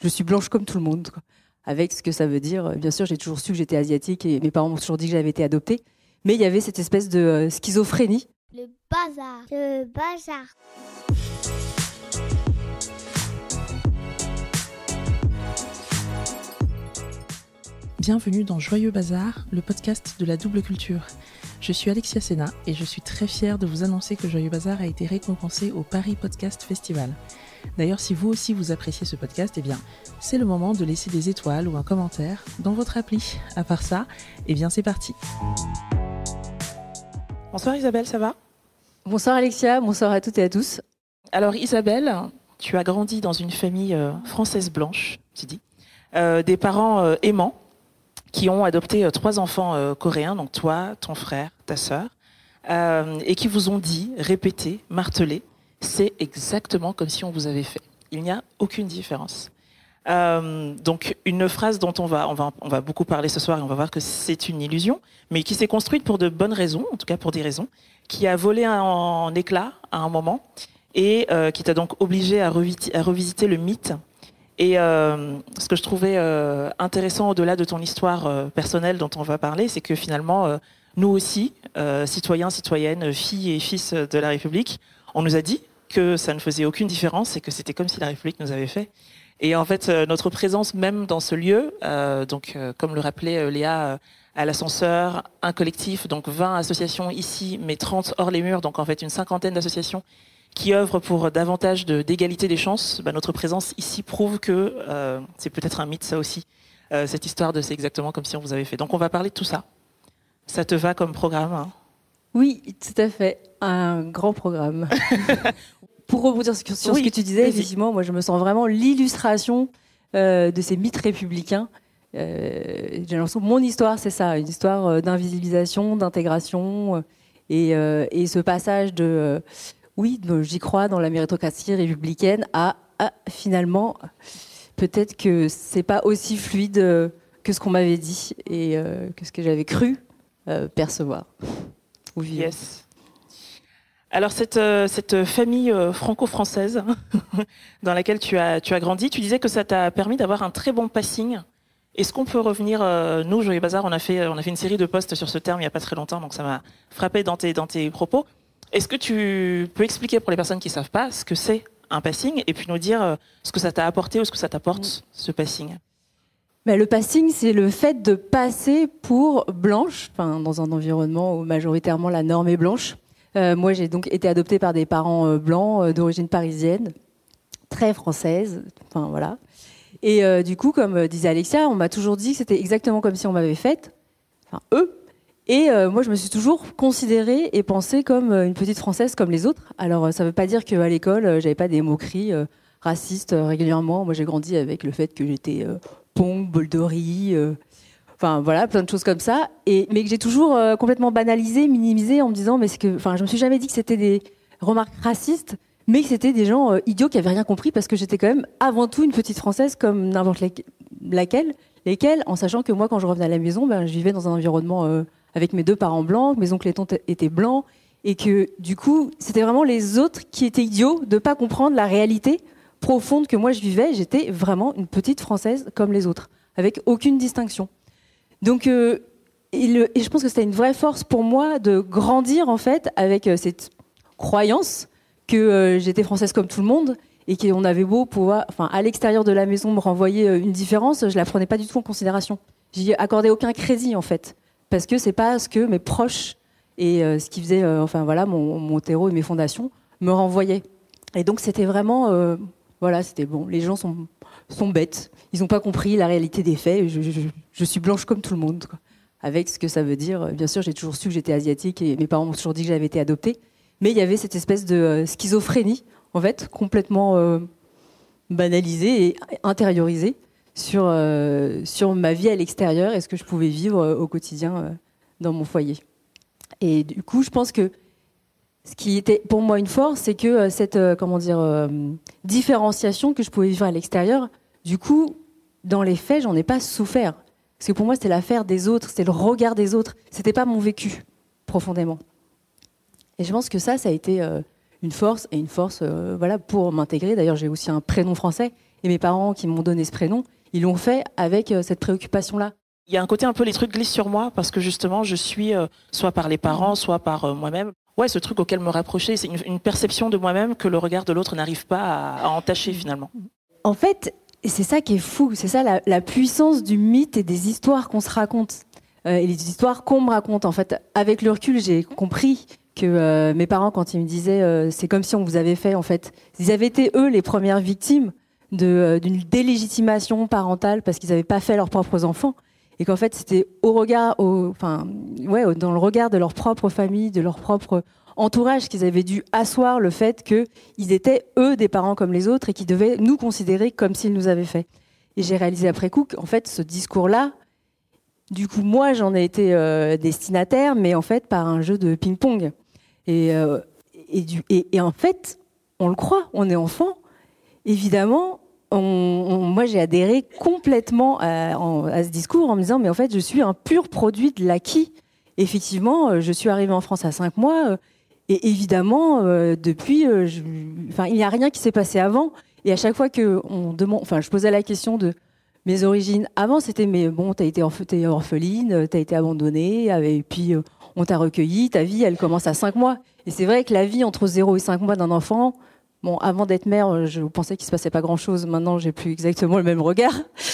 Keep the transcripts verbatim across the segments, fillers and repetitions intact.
je suis blanche comme tout le monde, quoi. Avec ce que ça veut dire. Bien sûr, j'ai toujours su que j'étais asiatique et mes parents m'ont toujours dit que j'avais été adoptée. Mais il y avait cette espèce de euh, schizophrénie. Le bazar. Le bazar. Bienvenue dans Joyeux Bazar, le podcast de la double culture. Je suis Alexia Sena et je suis très fière de vous annoncer que Joyeux Bazar a été récompensé au Paris Podcast Festival. D'ailleurs, si vous aussi vous appréciez ce podcast, eh bien, c'est le moment de laisser des étoiles ou un commentaire dans votre appli. À part ça, eh bien, c'est parti. Bonsoir Isabelle, ça va ? Bonsoir Alexia, bonsoir à toutes et à tous. Alors Isabelle, tu as grandi dans une famille euh, française blanche, tu dis, euh, des parents euh, aimants, qui ont adopté euh, trois enfants euh, coréens, donc toi, ton frère, ta sœur, euh, et qui vous ont dit, répété, martelé, c'est exactement comme si on vous avait fait. Il n'y a aucune différence. Euh, donc une phrase dont on va, on va, on va beaucoup parler ce soir et on va voir que c'est une illusion, mais qui s'est construite pour de bonnes raisons, en tout cas pour des raisons, qui a volé en, en éclats à un moment et euh, qui t'a donc obligé à, revisiter, à revisiter le mythe. Et euh, ce que je trouvais euh, intéressant au-delà de ton histoire euh, personnelle dont on va parler, c'est que finalement, euh, nous aussi, euh, citoyens, citoyennes, filles et fils de la République, on nous a dit que ça ne faisait aucune différence et que c'était comme si la République nous avait fait. Et en fait, euh, notre présence même dans ce lieu, euh, donc euh, comme le rappelait euh, Léa, euh, à l'ascenseur, un collectif, donc vingt associations ici, mais trente hors les murs, donc en fait une cinquantaine d'associations qui œuvrent pour davantage de, d'égalité des chances, bah, notre présence ici prouve que euh, c'est peut-être un mythe ça aussi, euh, cette histoire de c'est exactement comme si on vous avait fait. Donc on va parler de tout ça. Ça te va comme programme, hein ? Oui, tout à fait. Un grand programme. Pour rebondir sur, sur oui, ce que tu disais, vas-y. effectivement, moi je me sens vraiment l'illustration euh, de ces mythes républicains. Euh, j'ai l'impression que mon histoire, c'est ça, une histoire euh, d'invisibilisation, d'intégration, euh, et, euh, et ce passage de... Euh, oui, j'y crois dans la méritocratie républicaine. À, à finalement, peut-être que c'est pas aussi fluide euh, que ce qu'on m'avait dit et euh, que ce que j'avais cru euh, percevoir ou vivre. Yes. Alors cette euh, cette famille euh, franco-française dans laquelle tu as tu as grandi, tu disais que ça t'a permis d'avoir un très bon passing. Est-ce qu'on peut revenir euh, nous, Joyeux Bazar, on a fait on a fait une série de posts sur ce terme il y a pas très longtemps, donc ça m'a frappé dans tes dans tes propos. Est-ce que tu peux expliquer pour les personnes qui ne savent pas ce que c'est un passing et puis nous dire ce que ça t'a apporté ou ce que ça t'apporte, ce passing ? Ben, le passing, c'est le fait de passer pour blanche, enfin, dans un environnement où majoritairement la norme est blanche. Euh, moi, j'ai donc été adoptée par des parents euh, blancs euh, d'origine parisienne, très française, enfin voilà. Et euh, du coup, comme euh, disait Alexia, on m'a toujours dit que c'était exactement comme si on m'avait faite, enfin eux. Et euh, moi, je me suis toujours considérée et pensée comme euh, une petite Française comme les autres. Alors, euh, ça ne veut pas dire qu'à l'école, euh, j'avais pas des moqueries euh, racistes euh, régulièrement. Moi, j'ai grandi avec le fait que j'étais euh, pong, bolderie, euh, enfin voilà, plein de choses comme ça. Et mais que j'ai toujours euh, complètement banalisé, minimisé, en me disant, mais c'est que, enfin, je me suis jamais dit que c'était des remarques racistes, mais que c'était des gens euh, idiots qui avaient rien compris parce que j'étais quand même avant tout une petite Française comme n'importe laquelle, lesquelles, en sachant que moi, quand je revenais à la maison, ben, je vivais dans un environnement euh, avec mes deux parents blancs, mes oncles et tantes étaient blancs, et que du coup, c'était vraiment les autres qui étaient idiots de pas comprendre la réalité profonde que moi je vivais. J'étais vraiment une petite Française comme les autres, avec aucune distinction. Donc, euh, et, le, et je pense que c'était une vraie force pour moi de grandir en fait avec euh, cette croyance que euh, j'étais française comme tout le monde et qu'on avait beau pouvoir, enfin, à l'extérieur de la maison, me renvoyer euh, une différence, je la prenais pas du tout en considération. J'y accordais aucun crédit en fait. Parce que c'est pas ce que mes proches et euh, ce qui faisait, euh, enfin voilà, mon, mon terreau et mes fondations me renvoyaient. Et donc c'était vraiment, euh, voilà, c'était bon. Les gens sont sont bêtes, ils n'ont pas compris la réalité des faits. Je, je, je suis blanche comme tout le monde, quoi. Avec ce que ça veut dire. Bien sûr, j'ai toujours su que j'étais asiatique et mes parents m'ont toujours dit que j'avais été adoptée. Mais il y avait cette espèce de euh, schizophrénie, en fait, complètement euh, banalisée et intériorisée. Sur, euh, sur ma vie à l'extérieur et ce que je pouvais vivre euh, au quotidien euh, dans mon foyer. Et du coup, je pense que ce qui était pour moi une force, c'est que euh, cette euh, comment dire, euh, différenciation que je pouvais vivre à l'extérieur, du coup, dans les faits, j'en ai pas souffert. Parce que pour moi, c'était l'affaire des autres, c'était le regard des autres, c'était pas mon vécu, profondément. Et je pense que ça, ça a été euh, une force, et une force euh, voilà, pour m'intégrer. D'ailleurs, j'ai aussi un prénom français, Et mes parents qui m'ont donné ce prénom, ils l'ont fait avec euh, cette préoccupation-là. Il y a un côté un peu les trucs glissent sur moi parce que justement je suis euh, soit par les parents, soit par euh, moi-même. Ouais, ce truc auquel me rapprocher, c'est une, une perception de moi-même que le regard de l'autre n'arrive pas à, à entacher finalement. En fait, c'est ça qui est fou, c'est ça la, la puissance du mythe et des histoires qu'on se raconte. Euh, et les histoires qu'on me raconte. En fait, avec le recul, j'ai compris que euh, mes parents, quand ils me disaient euh, c'est comme si on vous avait fait, en fait, ils avaient été eux les premières victimes de, euh, d'une délégitimation parentale parce qu'ils n'avaient pas fait leurs propres enfants. Et qu'en fait, c'était au regard, au, enfin, ouais, dans le regard de leur propre famille, de leur propre entourage, qu'ils avaient dû asseoir le fait qu'ils étaient, eux, des parents comme les autres et qu'ils devaient nous considérer comme s'ils nous avaient fait. Et j'ai réalisé après coup qu'en fait, ce discours-là, du coup, moi, j'en ai été euh, destinataire, mais en fait, par un jeu de ping-pong. Et, euh, et, du, et, et en fait, on le croit, on est enfant, évidemment. On, on, moi, j'ai adhéré complètement à, en, à ce discours en me disant, mais en fait, je suis un pur produit de l'acquis. Effectivement, je suis arrivée en France à cinq mois, et évidemment, euh, depuis, euh, je, enfin, il n'y a rien qui s'est passé avant. Et à chaque fois que on demande, enfin, je posais la question de mes origines. Avant, c'était, mais bon, t'as été orph- t'es orpheline, t'as été abandonnée, et puis euh, on t'a recueilli. Ta vie, elle commence à cinq mois. Et c'est vrai que la vie entre zéro et cinq mois d'un enfant. Bon, avant d'être mère, je pensais qu'il se passait pas grand-chose. Maintenant, j'ai plus exactement le même regard.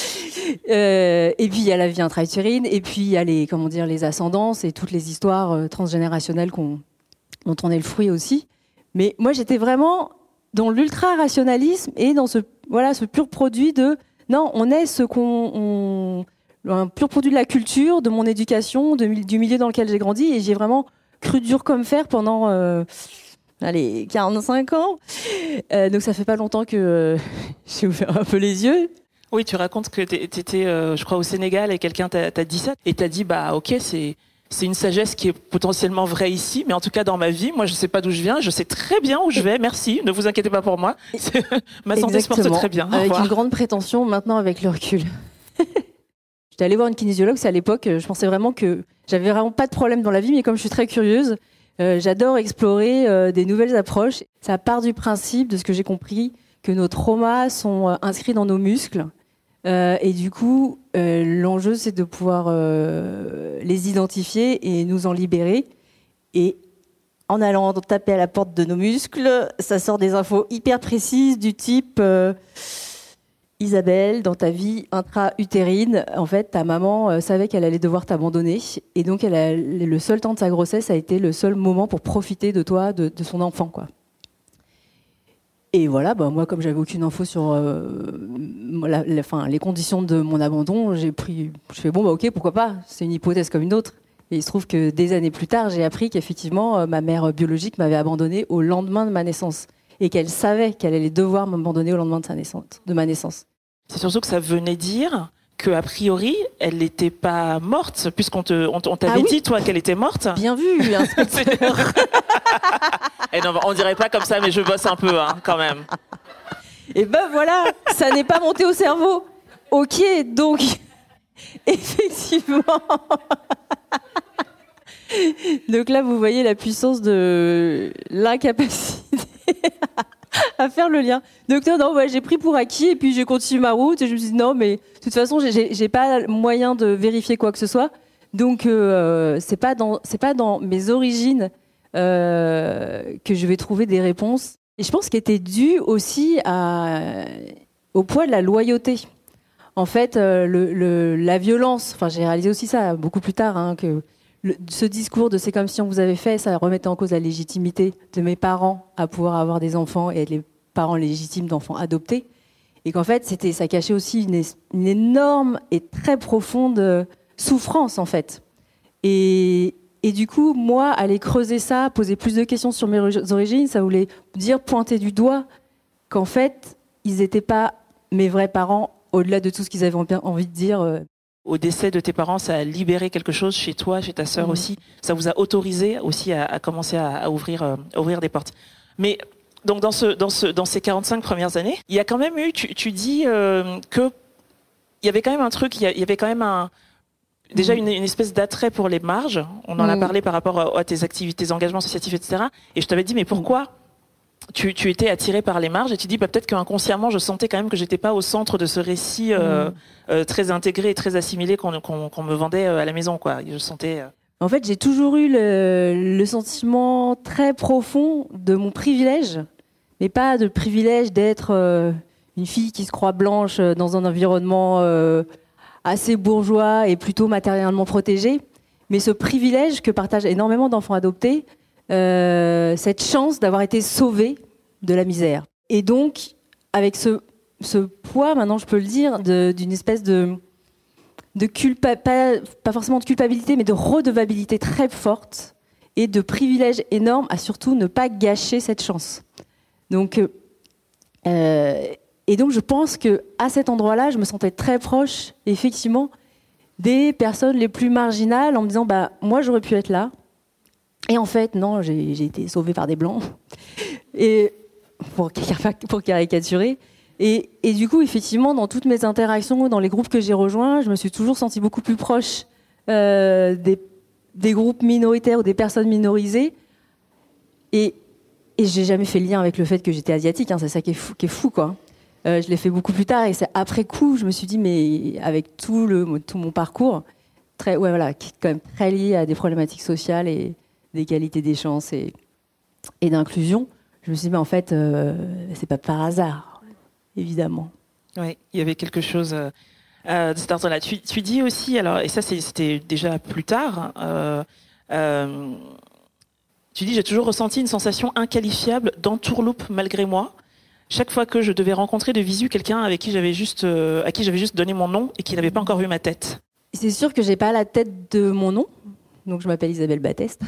Euh, et puis il y a la vie intra-utérine, et puis il y a les, comment dire, les ascendances et toutes les histoires euh, transgénérationnelles qu'on, dont on est le fruit aussi. Mais moi, j'étais vraiment dans l'ultra-rationalisme et dans ce, voilà, ce pur produit de non, on est ce qu'on, on, un pur produit de la culture, de mon éducation, de, du milieu dans lequel j'ai grandi, et j'ai vraiment cru dur comme fer pendant. Euh, Allez, quarante-cinq ans. Euh, donc ça fait pas longtemps que euh, j'ai ouvert un peu les yeux. Oui, tu racontes que tu étais, euh, je crois, au Sénégal et quelqu'un t'a, t'a dit ça et t'a dit, bah ok, c'est, c'est une sagesse qui est potentiellement vraie ici, mais en tout cas dans ma vie, moi je sais pas d'où je viens, je sais très bien où je vais, merci, ne vous inquiétez pas pour moi. Ma santé se porte très bien. Avec une grande prétention, maintenant avec le recul. J'étais allée voir une kinésiologue, c'est à l'époque, je pensais vraiment que j'avais vraiment pas de problème dans la vie, mais comme je suis très curieuse, Euh, j'adore explorer euh, des nouvelles approches. Ça part du principe, de ce que j'ai compris, que nos traumas sont euh, inscrits dans nos muscles. Euh, et du coup, euh, l'enjeu, c'est de pouvoir euh, les identifier et nous en libérer. Et en allant taper à la porte de nos muscles, ça sort des infos hyper précises du type... Euh, Isabelle, dans ta vie intra-utérine, en fait, ta maman euh, savait qu'elle allait devoir t'abandonner. Et donc, elle a, le seul temps de sa grossesse a été le seul moment pour profiter de toi, de, de son enfant, quoi. Et voilà, bah, moi, comme j'avais aucune info sur euh, la, la, fin, les conditions de mon abandon, j'ai pris, je fais bon, bah, ok, pourquoi pas. C'est une hypothèse comme une autre. Et il se trouve que des années plus tard, j'ai appris qu'effectivement, euh, ma mère biologique m'avait abandonnée au lendemain de ma naissance. Et qu'elle savait qu'elle allait devoir m'abandonner au lendemain de, sa naissance, de ma naissance. C'est surtout que ça venait dire qu'a priori, elle n'était pas morte, puisqu'on te, on, on t'avait ah oui dit, toi, qu'elle était morte. Bien vu, inspecteur. Et non, on dirait pas comme ça, mais je bosse un peu, hein, quand même. Et ben voilà, ça n'est pas monté au cerveau. Ok, donc, effectivement. Donc là, vous voyez la puissance de l'incapacité à faire le lien. Donc non, non ouais, j'ai pris pour acquis et puis j'ai continué ma route et je me suis dit non, mais de toute façon, j'ai, j'ai pas moyen de vérifier quoi que ce soit. Donc euh, c'est pas dans c'est pas dans mes origines euh, que je vais trouver des réponses. Et je pense qu'elle était due aussi à, au poids de la loyauté. En fait, euh, le, le, la violence. Enfin, j'ai réalisé aussi ça beaucoup plus tard, hein, que Le, ce discours de c'est comme si on vous avait fait, ça remettait en cause la légitimité de mes parents à pouvoir avoir des enfants et être les parents légitimes d'enfants adoptés. Et qu'en fait, c'était, ça cachait aussi une, une énorme et très profonde souffrance, en fait. Et, et du coup, moi, aller creuser ça, poser plus de questions sur mes origines, ça voulait dire pointer du doigt qu'en fait, ils n'étaient pas mes vrais parents, au-delà de tout ce qu'ils avaient envie de dire. Euh, Au décès de tes parents, ça a libéré quelque chose chez toi, chez ta sœur mmh. aussi. Ça vous a autorisé aussi à, à commencer à, à ouvrir, euh, à ouvrir des portes. Mais donc dans ce, dans ce, dans ces quarante-cinq premières années, il y a quand même eu, tu, tu dis euh, que il y avait quand même un truc, il y, a, il y avait quand même un, déjà mmh. une, une espèce d'attrait pour les marges. On en mmh. a parlé par rapport à, à tes activités, tes engagements associatifs, et cetera. Et je t'avais dit, mais pourquoi tu, tu étais attirée par les marges et tu dis bah, peut-être qu'inconsciemment je sentais quand même que j'étais pas au centre de ce récit euh, mmh. euh, très intégré et très assimilé qu'on, qu'on, qu'on me vendait à la maison, quoi. Je sentais. Euh... En fait, j'ai toujours eu le, le sentiment très profond de mon privilège, mais pas de privilège d'être euh, une fille qui se croit blanche dans un environnement euh, assez bourgeois et plutôt matériellement protégé, mais ce privilège que partagent énormément d'enfants adoptés, euh, cette chance d'avoir été sauvée de la misère. Et donc, avec ce, ce poids, maintenant je peux le dire, de, d'une espèce de... de culpa, pas, pas forcément de culpabilité, mais de redevabilité très forte et de privilège énorme à surtout ne pas gâcher cette chance. Donc, euh, et donc je pense qu'à cet endroit-là, je me sentais très proche, effectivement, des personnes les plus marginales en me disant bah, « moi, j'aurais pu être là ». Et en fait, non, j'ai, j'ai été sauvée par des Blancs, et, pour, pour caricaturer. Et, et du coup, effectivement, dans toutes mes interactions, dans les groupes que j'ai rejoints, je me suis toujours sentie beaucoup plus proche euh, des, des groupes minoritaires ou des personnes minorisées. Et, et j'ai jamais fait le lien avec le fait que j'étais asiatique. Hein, c'est ça qui est fou, qui est fou quoi. Euh, je l'ai fait beaucoup plus tard. Et c'est après coup, je me suis dit, mais avec tout, le, tout mon parcours, très, ouais, voilà, qui est quand même très lié à des problématiques sociales et d'égalité des chances et, et d'inclusion, je me suis dit, mais en fait, euh, c'est pas par hasard. Évidemment. Oui, il y avait quelque chose euh, de cet ordre-là. Tu, tu dis aussi, alors, et ça c'est, c'était déjà plus tard, euh, euh, tu dis j'ai toujours ressenti une sensation inqualifiable d'entourloupe malgré moi. Chaque fois que je devais rencontrer de visu quelqu'un avec qui j'avais juste, euh, à qui j'avais juste donné mon nom et qui n'avait pas encore vu ma tête. C'est sûr que j'ai pas la tête de mon nom, donc je m'appelle Isabelle Batteste.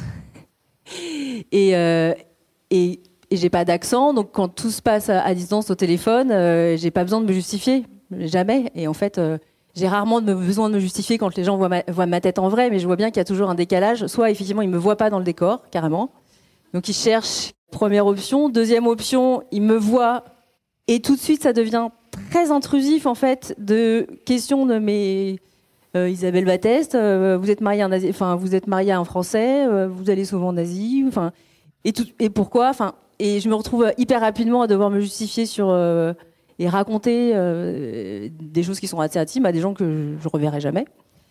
et euh, et Et j'ai pas d'accent, donc quand tout se passe à, à distance au téléphone, euh, j'ai pas besoin de me justifier, jamais. Et en fait, euh, j'ai rarement de me, besoin de me justifier quand les gens voient ma, voient ma tête en vrai, mais je vois bien qu'il y a toujours un décalage. Soit effectivement, ils me voient pas dans le décor, carrément. Donc ils cherchent première option. Deuxième option, ils me voient et tout de suite, ça devient très intrusif en fait de questions de mes euh, Isabelle Batteste. Euh, vous êtes mariée à un Asi- enfin vous êtes mariée à un Français, euh, vous allez souvent en Asie, enfin et tout et pourquoi, enfin. Et je me retrouve hyper rapidement à devoir me justifier sur, euh, et raconter euh, des choses qui sont assez intimes à des gens que je ne reverrai jamais.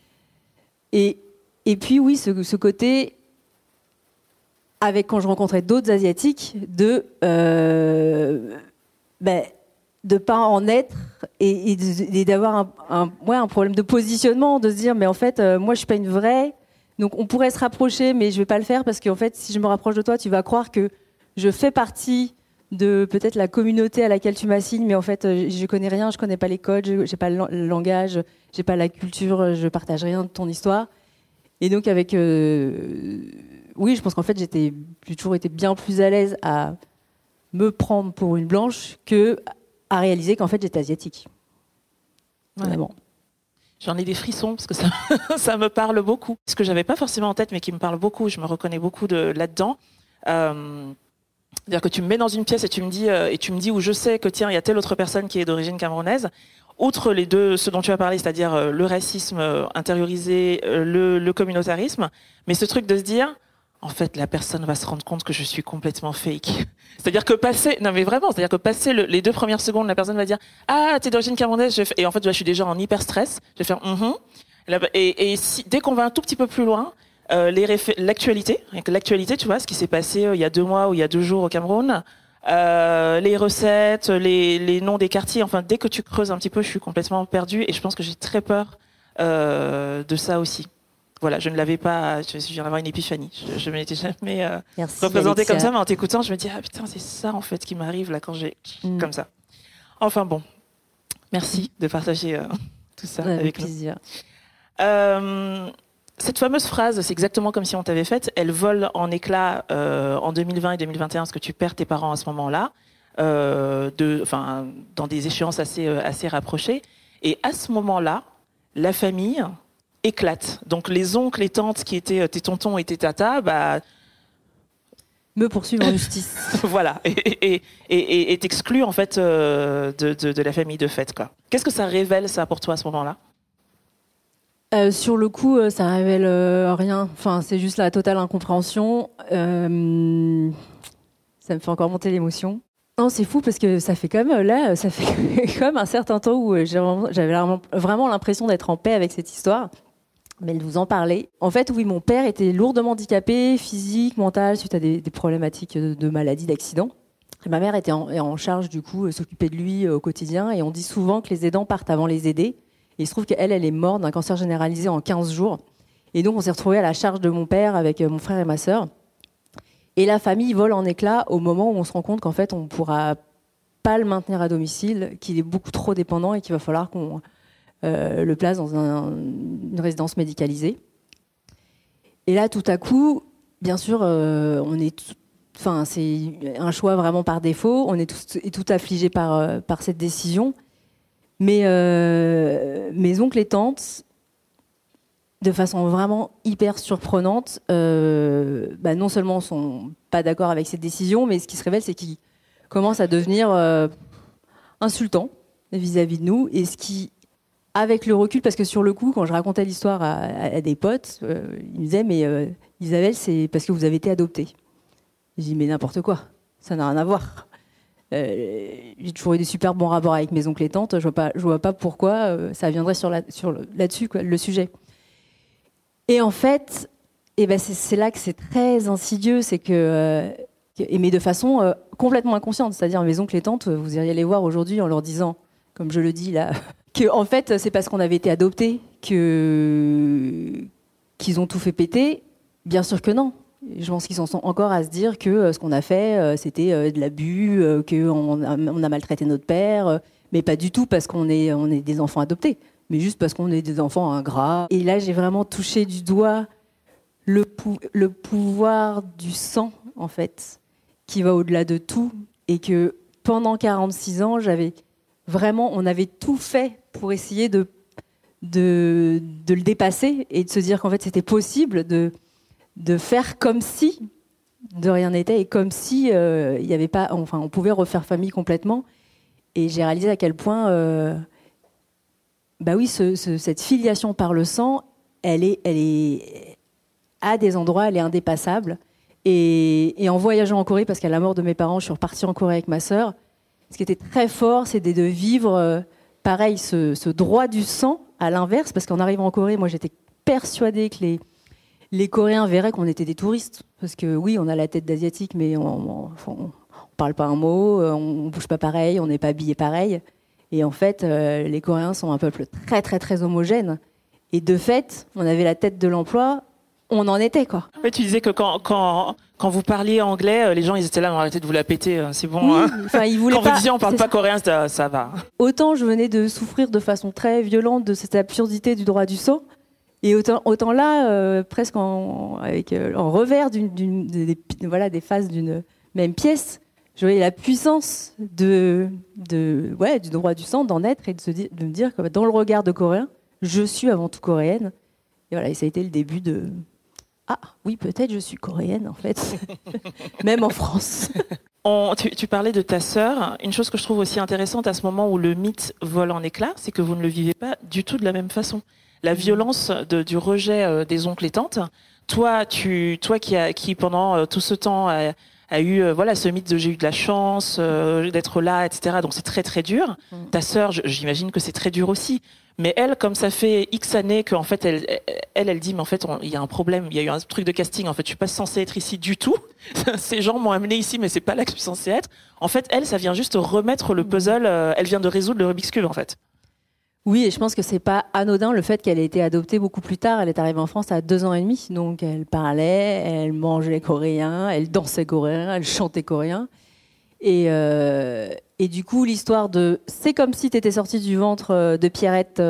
Et, et puis, oui, ce, ce côté, avec quand je rencontrais d'autres Asiatiques, de euh, ben, de pas en être et, et, de, et d'avoir un, un, ouais, un problème de positionnement, de se dire, mais en fait, euh, moi, je ne suis pas une vraie. Donc, on pourrait se rapprocher, mais je ne vais pas le faire parce qu'en fait, si je me rapproche de toi, tu vas croire que je fais partie de peut-être la communauté à laquelle tu m'assignes, mais en fait, je connais rien, je connais pas les codes, je n'ai pas le langage, j'ai pas la culture, je partage rien de ton histoire. Et donc, avec, euh, oui, je pense qu'en fait, j'étais, j'ai toujours été bien plus à l'aise à me prendre pour une blanche que à réaliser qu'en fait, j'étais asiatique. Ouais. Vraiment. J'en ai des frissons parce que ça, ça me parle beaucoup. Ce que j'avais pas forcément en tête, mais qui me parle beaucoup, je me reconnais beaucoup de, là-dedans. Euh, C'est-à-dire que tu me mets dans une pièce et tu me dis euh, et tu me dis où je sais que tiens il y a telle autre personne qui est d'origine camerounaise. Outre les deux, ce dont tu as parlé, c'est-à-dire euh, le racisme euh, intériorisé, euh, le, le communautarisme, mais ce truc de se dire en fait la personne va se rendre compte que je suis complètement fake. C'est-à-dire que passer, non mais vraiment, c'est-à-dire que passer le, les deux premières secondes, la personne va dire ah t'es d'origine camerounaise, je fais, et en fait je suis déjà en hyper stress, je vais faire mm-hmm. et, et si, dès qu'on va un tout petit peu plus loin. Euh, les réf- l'actualité, l'actualité, tu vois, ce qui s'est passé euh, il y a deux mois ou il y a deux jours au Cameroun, euh, les recettes, les, les noms des quartiers, enfin, dès que tu creuses un petit peu, je suis complètement perdue et je pense que j'ai très peur euh, de ça aussi. Voilà, je ne l'avais pas, je viens d'avoir une épiphanie, je, je ne m'étais jamais euh, Merci, représentée Alexia. comme ça, mais en t'écoutant, je me dis, ah putain, c'est ça en fait qui m'arrive là quand j'ai... Mm. Comme ça. Enfin bon, merci de partager euh, tout ça ouais, avec nous. Plaisir. Euh, Cette fameuse phrase, c'est exactement comme si on t'avait faite, elle vole en éclats euh, en deux mille vingt et deux mille vingt et un, parce que tu perds tes parents à ce moment-là, euh, de, enfin, dans des échéances assez, euh, assez rapprochées. Et à ce moment-là, la famille éclate. Donc les oncles, les tantes qui étaient tes tontons et tes tatas, bah, me poursuivre en justice. Voilà, et, et, et, et t'exclus en fait euh, de, de, de la famille de fait, quoi. Qu'est-ce que ça révèle ça pour toi à ce moment-là? Euh, sur le coup, euh, ça révèle euh, rien. Enfin, c'est juste la totale incompréhension. Euh, Ça me fait encore monter l'émotion. Non, c'est fou parce que ça fait comme là, ça fait comme un certain temps où j'avais vraiment l'impression d'être en paix avec cette histoire. Mais de vous en parler. En fait, oui, mon père était lourdement handicapé, physique, mental, suite à des, des problématiques de, de maladie, d'accident. Et ma mère était en, en charge, du coup, euh, s'occuper de lui euh, au quotidien. Et on dit souvent que les aidants partent avant les aidés. Et il se trouve qu'elle, elle est morte d'un cancer généralisé en quinze jours. Et donc, on s'est retrouvés à la charge de mon père avec euh, mon frère et ma sœur. Et la famille vole en éclats au moment où on se rend compte qu'en fait, on ne pourra pas le maintenir à domicile, qu'il est beaucoup trop dépendant et qu'il va falloir qu'on euh, le place dans un, une résidence médicalisée. Et là, tout à coup, bien sûr, euh, on est, tout, enfin, c'est un choix vraiment par défaut. On est tout, tout affligés par euh, par cette décision. Mais euh, mes oncles et tantes, de façon vraiment hyper surprenante, euh, bah non seulement sont pas d'accord avec cette décision, mais ce qui se révèle, c'est qu'ils commencent à devenir euh, insultants vis-à-vis de nous. Et ce qui, avec le recul, parce que sur le coup, quand je racontais l'histoire à, à, à des potes, euh, ils me disaient, mais euh, Isabelle, c'est parce que vous avez été adoptée. Je dis, mais n'importe quoi, ça n'a rien à voir. Euh, j'ai toujours eu des super bons rapports avec mes oncles et tantes, je vois pas, je vois pas pourquoi euh, ça viendrait sur la, sur le, là-dessus, quoi, le sujet. Et en fait, eh ben c'est, c'est là que c'est très insidieux, c'est que, euh, que mais de façon euh, complètement inconsciente, c'est-à-dire mes oncles et tantes, vous iriez les voir aujourd'hui en leur disant, comme je le dis là, que en fait c'est parce qu'on avait été adoptés que qu'ils ont tout fait péter. Bien sûr que non. Je pense qu'ils en sont encore à se dire que euh, ce qu'on a fait, euh, c'était euh, de l'abus, euh, qu'on a, on a maltraité notre père, euh, mais pas du tout parce qu'on est, on est des enfants adoptés, mais juste parce qu'on est des enfants ingrats. Et là, j'ai vraiment touché du doigt le, pou- le pouvoir du sang, en fait, qui va au-delà de tout, et que pendant quarante-six ans, j'avais vraiment, on avait tout fait pour essayer de, de, de le dépasser et de se dire qu'en fait, c'était possible de de faire comme si de rien n'était et comme si euh, il y avait pas, enfin, on pouvait refaire famille complètement. Et j'ai réalisé à quel point, euh, bah oui, ce, ce, cette filiation par le sang, elle est, elle est à des endroits, elle est indépassable. Et, et en voyageant en Corée, parce qu'à la mort de mes parents, je suis repartie en Corée avec ma sœur. Ce qui était très fort, c'était de vivre, euh, pareil, ce, ce droit du sang à l'inverse, parce qu'en arrivant en Corée, moi, j'étais persuadée que les les Coréens verraient qu'on était des touristes. Parce que oui, on a la tête d'asiatique, mais on ne parle pas un mot, on ne bouge pas pareil, on n'est pas habillé pareil. Et en fait, euh, les Coréens sont un peuple très, très, très homogène. Et de fait, on avait la tête de l'emploi, on en était, quoi. Ouais, tu disais que quand, quand, quand vous parliez anglais, les gens, ils étaient là, on arrêtait de vous la péter, c'est bon. Oui, hein. enfin, ils voulaient quand pas, vous disiez on parle pas coréen, ça, ça va. Autant je venais de souffrir de façon très violente de cette absurdité du droit du sang, et autant, autant là, euh, presque en, avec, euh, en revers d'une, d'une, des, voilà, des phases d'une même pièce, je voyais la puissance de, de, ouais, du droit du sang, d'en être et de, se dire, de me dire que dans le regard de Coréen, je suis avant tout coréenne. Et voilà, et ça a été le début de... Ah oui, peut-être je suis coréenne en fait, même en France. On, tu, tu parlais de ta sœur. Une chose que je trouve aussi intéressante à ce moment où le mythe vole en éclats, c'est que vous ne le vivez pas du tout de la même façon. La violence de, du rejet euh, des oncles et tantes. Toi, tu, toi qui, a, qui pendant euh, tout ce temps a, a eu euh, voilà ce mythe de j'ai eu de la chance euh, d'être là, et cetera. Donc c'est très très dur. Mm. Ta sœur, j'imagine que c'est très dur aussi. Mais elle, comme ça fait X années qu'en fait elle, elle, elle dit mais en fait il y a un problème, il y a eu un truc de casting. En fait, je suis pas censée être ici du tout. Ces gens m'ont amenée ici, mais c'est pas là que je suis censée être. En fait, elle, ça vient juste remettre le puzzle. Euh, elle vient de résoudre le Rubik's Cube en fait. Oui, et je pense que c'est pas anodin le fait qu'elle ait été adoptée beaucoup plus tard. Elle est arrivée en France à deux ans et demi, donc elle parlait, elle mangeait coréen, elle dansait coréen, elle chantait coréen. Et, euh, et du coup, l'histoire de « c'est comme si tu étais sortie du ventre de Pierrette euh, »,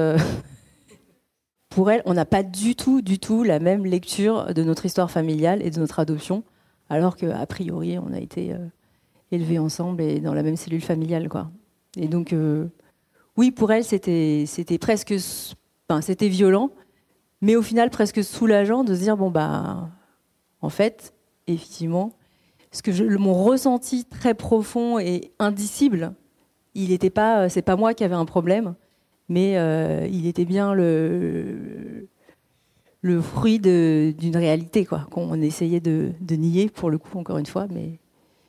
pour elle, on n'a pas du tout, du tout la même lecture de notre histoire familiale et de notre adoption, alors qu'a priori, on a été euh, élevés ensemble et dans la même cellule familiale, quoi. Et donc... Euh, oui, pour elle, c'était, c'était presque, enfin, c'était violent, mais au final presque soulageant de se dire bon bah, en fait, effectivement, ce que je, mon ressenti très profond et indicible, il était pas, c'est pas moi qui avais un problème, mais euh, il était bien le le fruit de, d'une réalité quoi, qu'on essayait de, de nier pour le coup encore une fois, mais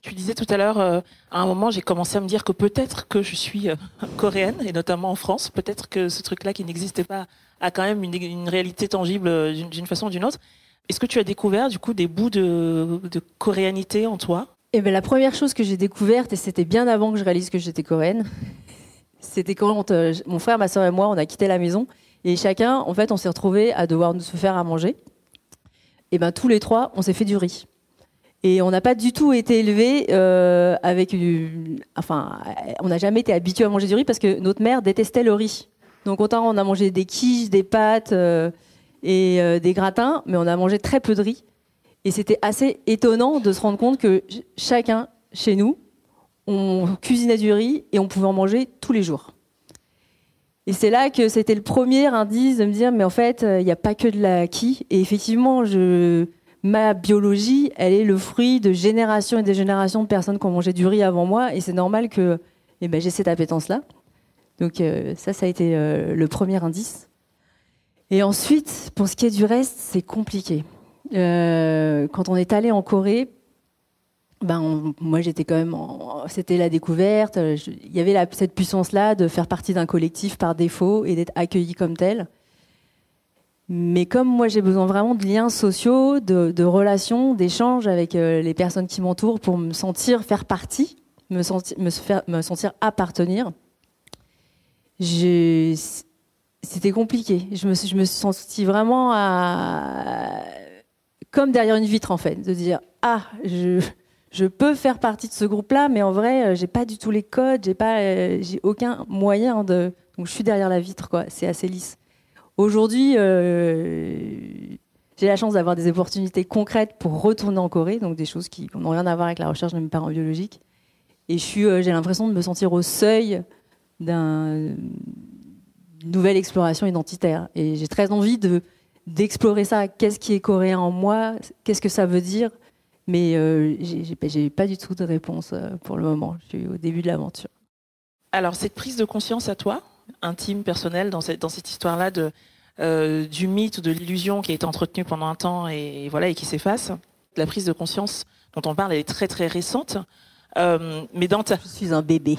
Tu disais tout à l'heure, euh, à un moment, j'ai commencé à me dire que peut-être que je suis euh, coréenne, et notamment en France. Peut-être que ce truc-là qui n'existait pas a quand même une, une réalité tangible euh, d'une, d'une façon ou d'une autre. Est-ce que tu as découvert, du coup, des bouts de, de coréanité en toi ? Eh ben, la première chose que j'ai découverte, et c'était bien avant que je réalise que j'étais coréenne, c'était quand euh, mon frère, ma soeur et moi, on a quitté la maison. Et chacun, en fait, on s'est retrouvés à devoir nous se faire à manger. Et ben, tous les trois, on s'est fait du riz. Et on n'a pas du tout été élevés euh, avec une... Enfin, on n'a jamais été habitués à manger du riz parce que notre mère détestait le riz. Donc autant on a mangé des quiches, des pâtes euh, et euh, des gratins, mais on a mangé très peu de riz. Et c'était assez étonnant de se rendre compte que chacun, chez nous, on cuisinait du riz et on pouvait en manger tous les jours. Et c'est là que c'était le premier indice de me dire, mais en fait, il n'y a pas que de l'acquis. Et effectivement, je... ma biologie, elle est le fruit de générations et des générations de personnes qui ont mangé du riz avant moi. Et c'est normal que eh ben, j'ai cette appétence-là. Donc euh, ça, ça a été euh, le premier indice. Et ensuite, pour ce qui est du reste, c'est compliqué. Euh, quand on est allé en Corée, ben on, moi j'étais quand même, en, c'était la découverte. Il y avait la, cette puissance-là de faire partie d'un collectif par défaut et d'être accueilli comme tel. Mais comme moi j'ai besoin vraiment de liens sociaux, de, de relations, d'échanges avec euh, les personnes qui m'entourent pour me sentir faire partie, me, senti, me, faire, me sentir appartenir, j'ai, c'était compliqué. Je me, je me suis sentie vraiment à, comme derrière une vitre en fait, de dire ah je Je peux faire partie de ce groupe-là, mais en vrai, j'ai pas du tout les codes, j'ai pas, euh, j'ai aucun moyen de. Donc, je suis derrière la vitre, quoi. C'est assez lisse. Aujourd'hui, euh, j'ai la chance d'avoir des opportunités concrètes pour retourner en Corée, donc des choses qui n'ont rien à voir avec la recherche de mes parents biologiques. Et je suis, euh, j'ai l'impression de me sentir au seuil d'un, d'une nouvelle exploration identitaire. Et j'ai très envie de d'explorer ça. Qu'est-ce qui est coréen en moi ? Qu'est-ce que ça veut dire ? Mais euh, j'ai, j'ai, j'ai pas du tout de réponse euh, pour le moment. Je suis au début de l'aventure. Alors, cette prise de conscience à toi, intime, personnelle, dans cette, dans cette histoire-là de, euh, du mythe ou de l'illusion qui a été entretenue pendant un temps et, et, voilà, et qui s'efface, la prise de conscience dont on parle, elle est très très récente. Euh, mais dans ta... Je suis un bébé.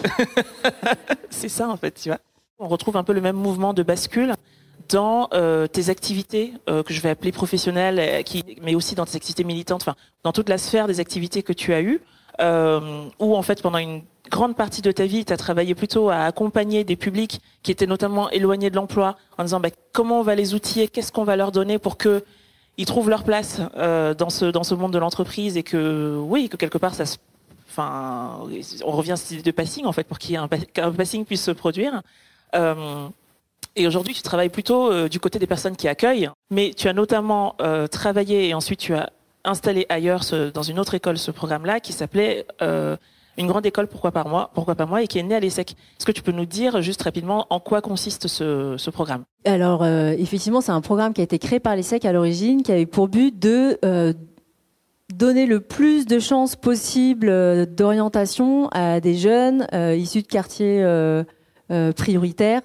C'est ça, en fait, tu vois. On retrouve un peu le même mouvement de bascule dans euh, tes activités euh, que je vais appeler professionnelles, euh, qui, mais aussi dans tes activités militantes, enfin dans toute la sphère des activités que tu as eues, euh, où en fait pendant une grande partie de ta vie, tu as travaillé plutôt à accompagner des publics qui étaient notamment éloignés de l'emploi, en disant bah, comment on va les outiller, qu'est-ce qu'on va leur donner pour que ils trouvent leur place euh, dans ce dans ce monde de l'entreprise et que oui que quelque part ça se, enfin on revient à cette idée de passing en fait pour qu'il y ait un, qu'un passing puisse se produire. Euh, Et aujourd'hui, tu travailles plutôt euh, du côté des personnes qui accueillent, mais tu as notamment euh, travaillé et ensuite tu as installé ailleurs, ce, dans une autre école, ce programme-là qui s'appelait euh, Une grande école, pourquoi pas moi, pourquoi pas moi, et qui est né à l'ESSEC. Est-ce que tu peux nous dire juste rapidement en quoi consiste ce, ce programme ? Alors, euh, effectivement, c'est un programme qui a été créé par l'ESSEC à l'origine, qui avait pour but de euh, donner le plus de chances possible euh, d'orientation à des jeunes euh, issus de quartiers euh, euh, prioritaires,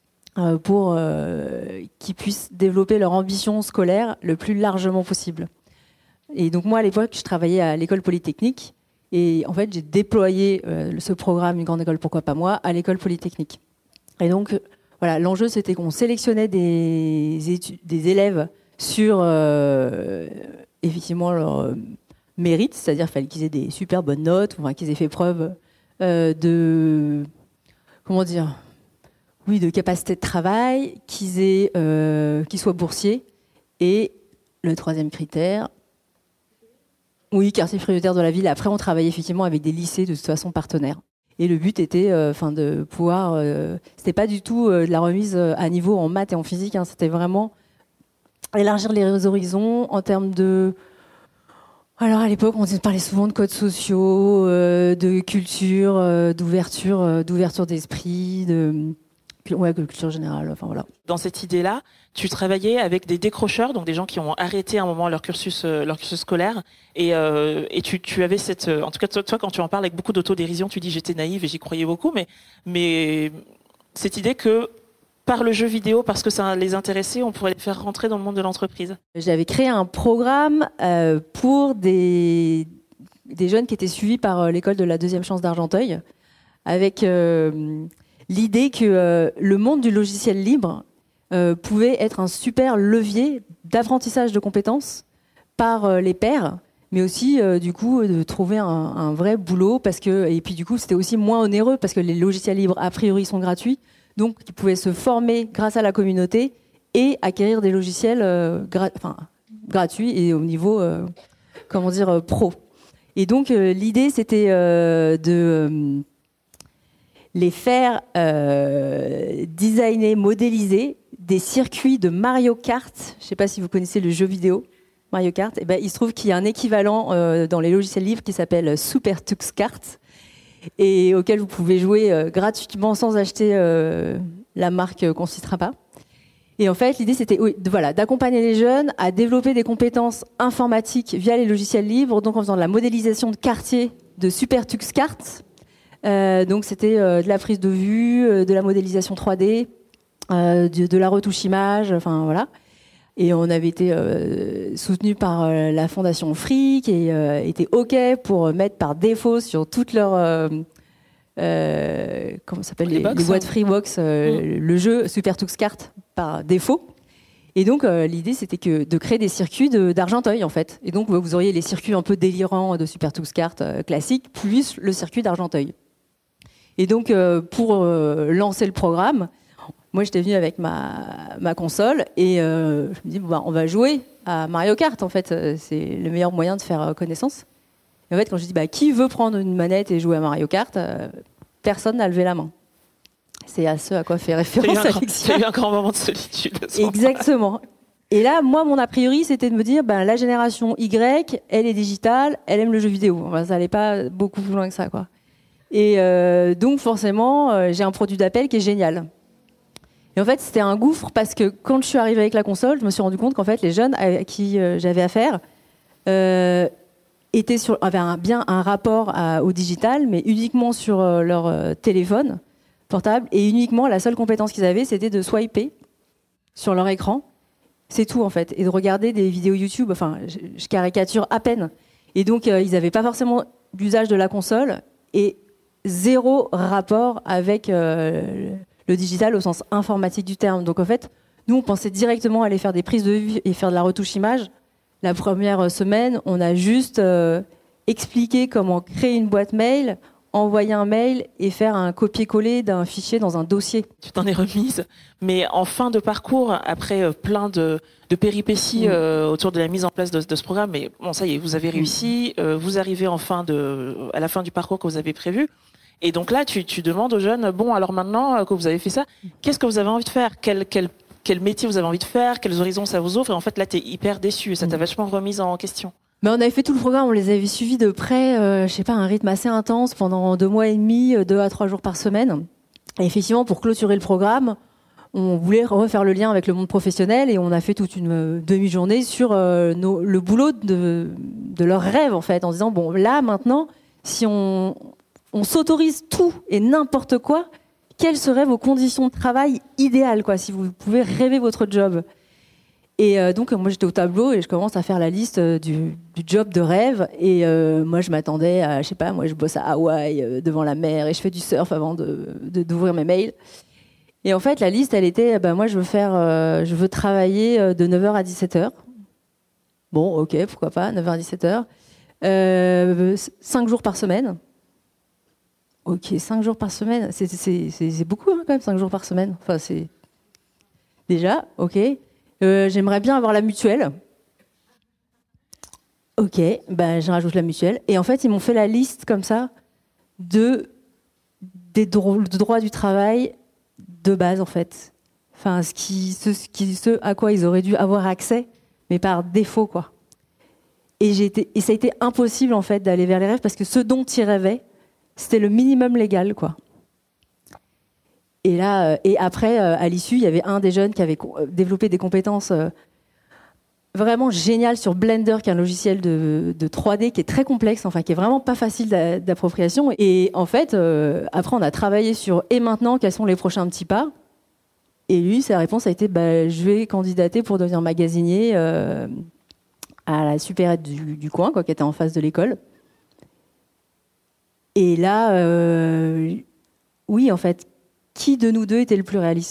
pour euh, qu'ils puissent développer leur ambition scolaire le plus largement possible. Et donc moi, à l'époque, je travaillais à l'école polytechnique et en fait, j'ai déployé euh, ce programme Une grande école, pourquoi pas moi, à l'école polytechnique. Et donc, voilà, l'enjeu, c'était qu'on sélectionnait des, études, des élèves sur, euh, effectivement, leur euh, mérite, c'est-à-dire qu'il fallait qu'ils aient des super bonnes notes, enfin, qu'ils aient fait preuve euh, de... Comment dire ? Oui, de capacité de travail, qu'ils aient, euh, qu'ils soient boursiers. Et le troisième critère, oui, quartier prioritaire de la ville. Après, on travaillait effectivement avec des lycées de toute façon partenaires. Et le but était, enfin, euh, de pouvoir. Euh, c'était pas du tout euh, de la remise à niveau en maths et en physique. Hein, c'était vraiment élargir les horizons en termes de. Alors à l'époque, on parlait souvent de codes sociaux, euh, de culture, euh, d'ouverture, euh, d'ouverture d'esprit, de ouais, de culture générale. Enfin voilà. Dans cette idée-là, tu travaillais avec des décrocheurs, donc des gens qui ont arrêté à un moment leur cursus, euh, leur cursus scolaire, et, euh, et tu, tu avais cette, en tout cas toi, toi, quand tu en parles avec beaucoup d'autodérision, tu dis j'étais naïve et j'y croyais beaucoup, mais mais cette idée que par le jeu vidéo, parce que ça les intéressait, on pourrait les faire rentrer dans le monde de l'entreprise. J'avais créé un programme euh, pour des des jeunes qui étaient suivis par euh, l'école de la deuxième chance d'Argenteuil, avec euh, l'idée que euh, le monde du logiciel libre euh, pouvait être un super levier d'apprentissage de compétences par euh, les pairs, mais aussi euh, du coup de trouver un, un vrai boulot, parce que, et puis du coup c'était aussi moins onéreux parce que les logiciels libres a priori sont gratuits, donc ils pouvaient se former grâce à la communauté et acquérir des logiciels euh, gra- enfin, gratuits et au niveau euh, comment dire euh, pro. Et donc euh, l'idée c'était euh, de euh, les faire euh, designer, modéliser des circuits de Mario Kart. Je ne sais pas si vous connaissez le jeu vidéo Mario Kart. Et ben, il se trouve qu'il y a un équivalent euh, dans les logiciels libres qui s'appelle Super Tux Kart et auquel vous pouvez jouer euh, gratuitement sans acheter euh, la marque euh, qu'on ne citera pas. Et en fait, l'idée, c'était oui, de, voilà, d'accompagner les jeunes à développer des compétences informatiques via les logiciels libres, donc en faisant de la modélisation de quartier de Super Tux Kart. Euh, donc c'était euh, de la prise de vue, euh, de la modélisation trois D, euh, de, de la retouche image, enfin voilà. Et on avait été euh, soutenu par euh, la fondation Free, qui euh, était OK pour mettre par défaut sur toutes leurs euh, euh, comment ça s'appelle les, les, les boîtes Freebox euh, mmh. le jeu Super Tux Kart par défaut. Et donc euh, l'idée c'était que de créer des circuits de, d'Argenteuil en fait. Et donc vous auriez les circuits un peu délirants de Super Tux Kart euh, classique plus le circuit d'Argenteuil. Et donc euh, pour euh, lancer le programme, moi, j'étais venue avec ma, ma console et euh, je me dis, bon, bah, on va jouer à Mario Kart, en fait. C'est le meilleur moyen de faire connaissance. Et en fait, quand je dis, bah, qui veut prendre une manette et jouer à Mario Kart, euh, personne n'a levé la main. C'est à ce à quoi fait référence Alexia. Il y a eu un grand moment de solitude. Exactement. Et là, moi, mon a priori, c'était de me dire, ben, la génération Y, elle est digitale, elle aime le jeu vidéo. Enfin, ça n'allait pas beaucoup plus loin que ça, quoi. Et euh, donc, forcément, euh, j'ai un produit d'appel qui est génial. Et en fait, c'était un gouffre parce que quand je suis arrivée avec la console, je me suis rendu compte qu'en fait, les jeunes à qui euh, j'avais affaire euh, étaient sur, avaient un, bien un rapport à, au digital, mais uniquement sur euh, leur euh, téléphone portable. Et uniquement, la seule compétence qu'ils avaient, c'était de swiper sur leur écran. C'est tout, en fait. Et de regarder des vidéos YouTube. Enfin, je, je caricature à peine. Et donc, euh, ils n'avaient pas forcément d'usage de la console et zéro rapport avec... Euh, le digital au sens informatique du terme. Donc en fait, nous, on pensait directement aller faire des prises de vue et faire de la retouche image. La première semaine, on a juste euh, expliqué comment créer une boîte mail, envoyer un mail et faire un copier-coller d'un fichier dans un dossier. Tu t'en es remise, mais en fin de parcours, après euh, plein de, de péripéties mmh. euh, autour de la mise en place de, de ce programme, mais bon, ça y est, vous avez réussi, euh, vous arrivez en fin de, à la fin du parcours que vous avez prévu. Et donc là, tu, tu demandes aux jeunes, bon, alors maintenant que vous avez fait ça, qu'est-ce que vous avez envie de faire ? quel, quel, quel métier vous avez envie de faire ? Quels horizons ça vous ouvre ? Et en fait, là, tu es hyper déçu. Ça t'a vachement remise en question. Mais on avait fait tout le programme, on les avait suivis de près, euh, je sais pas, un rythme assez intense pendant deux mois et demi, deux à trois jours par semaine. Et effectivement, pour clôturer le programme, on voulait refaire le lien avec le monde professionnel et on a fait toute une demi-journée sur euh, nos, le boulot de, de leurs rêves, en fait, en disant, bon, là, maintenant, si on... on s'autorise tout et n'importe quoi, quelles seraient vos conditions de travail idéales, quoi, si vous pouvez rêver votre job. Et euh, donc, moi, j'étais au tableau et je commence à faire la liste euh, du, du job de rêve. Et euh, moi, je m'attendais à, je sais pas, moi, je bosse à Hawaï, euh, devant la mer, et je fais du surf avant de, de, d'ouvrir mes mails. Et en fait, la liste, elle était, bah, moi, je veux faire, euh, je veux travailler euh, de neuf heures à dix-sept heures. Bon, ok, pourquoi pas, neuf heures à dix-sept heures. Euh, cinq jours par semaine. Ok, cinq jours par semaine, c'est, c'est, c'est, c'est beaucoup hein, quand même, cinq jours par semaine. Enfin, c'est déjà, ok. Euh, j'aimerais bien avoir la mutuelle. Ok, ben je rajoute la mutuelle. Et en fait, ils m'ont fait la liste comme ça de des dro- de droits du travail de base en fait. Enfin, ce qui, ce, ce qui, ce à quoi ils auraient dû avoir accès, mais par défaut quoi. Et j'ai été, et ça a été impossible en fait d'aller vers les rêves parce que ce dont ils rêvaient, c'était le minimum légal, quoi. Et là, euh, et après, euh, à l'issue, il y avait un des jeunes qui avait co- développé des compétences euh, vraiment géniales sur Blender, qui est un logiciel de, de trois D qui est très complexe, enfin qui est vraiment pas facile d'a- d'appropriation. Et en fait, euh, après, on a travaillé sur et maintenant, quels sont les prochains petits pas. Et lui, sa réponse a été, bah, je vais candidater pour devenir magasinier euh, à la supérette du, du coin, quoi, qui était en face de l'école. Et là, euh, oui, en fait, qui de nous deux était le plus réaliste ?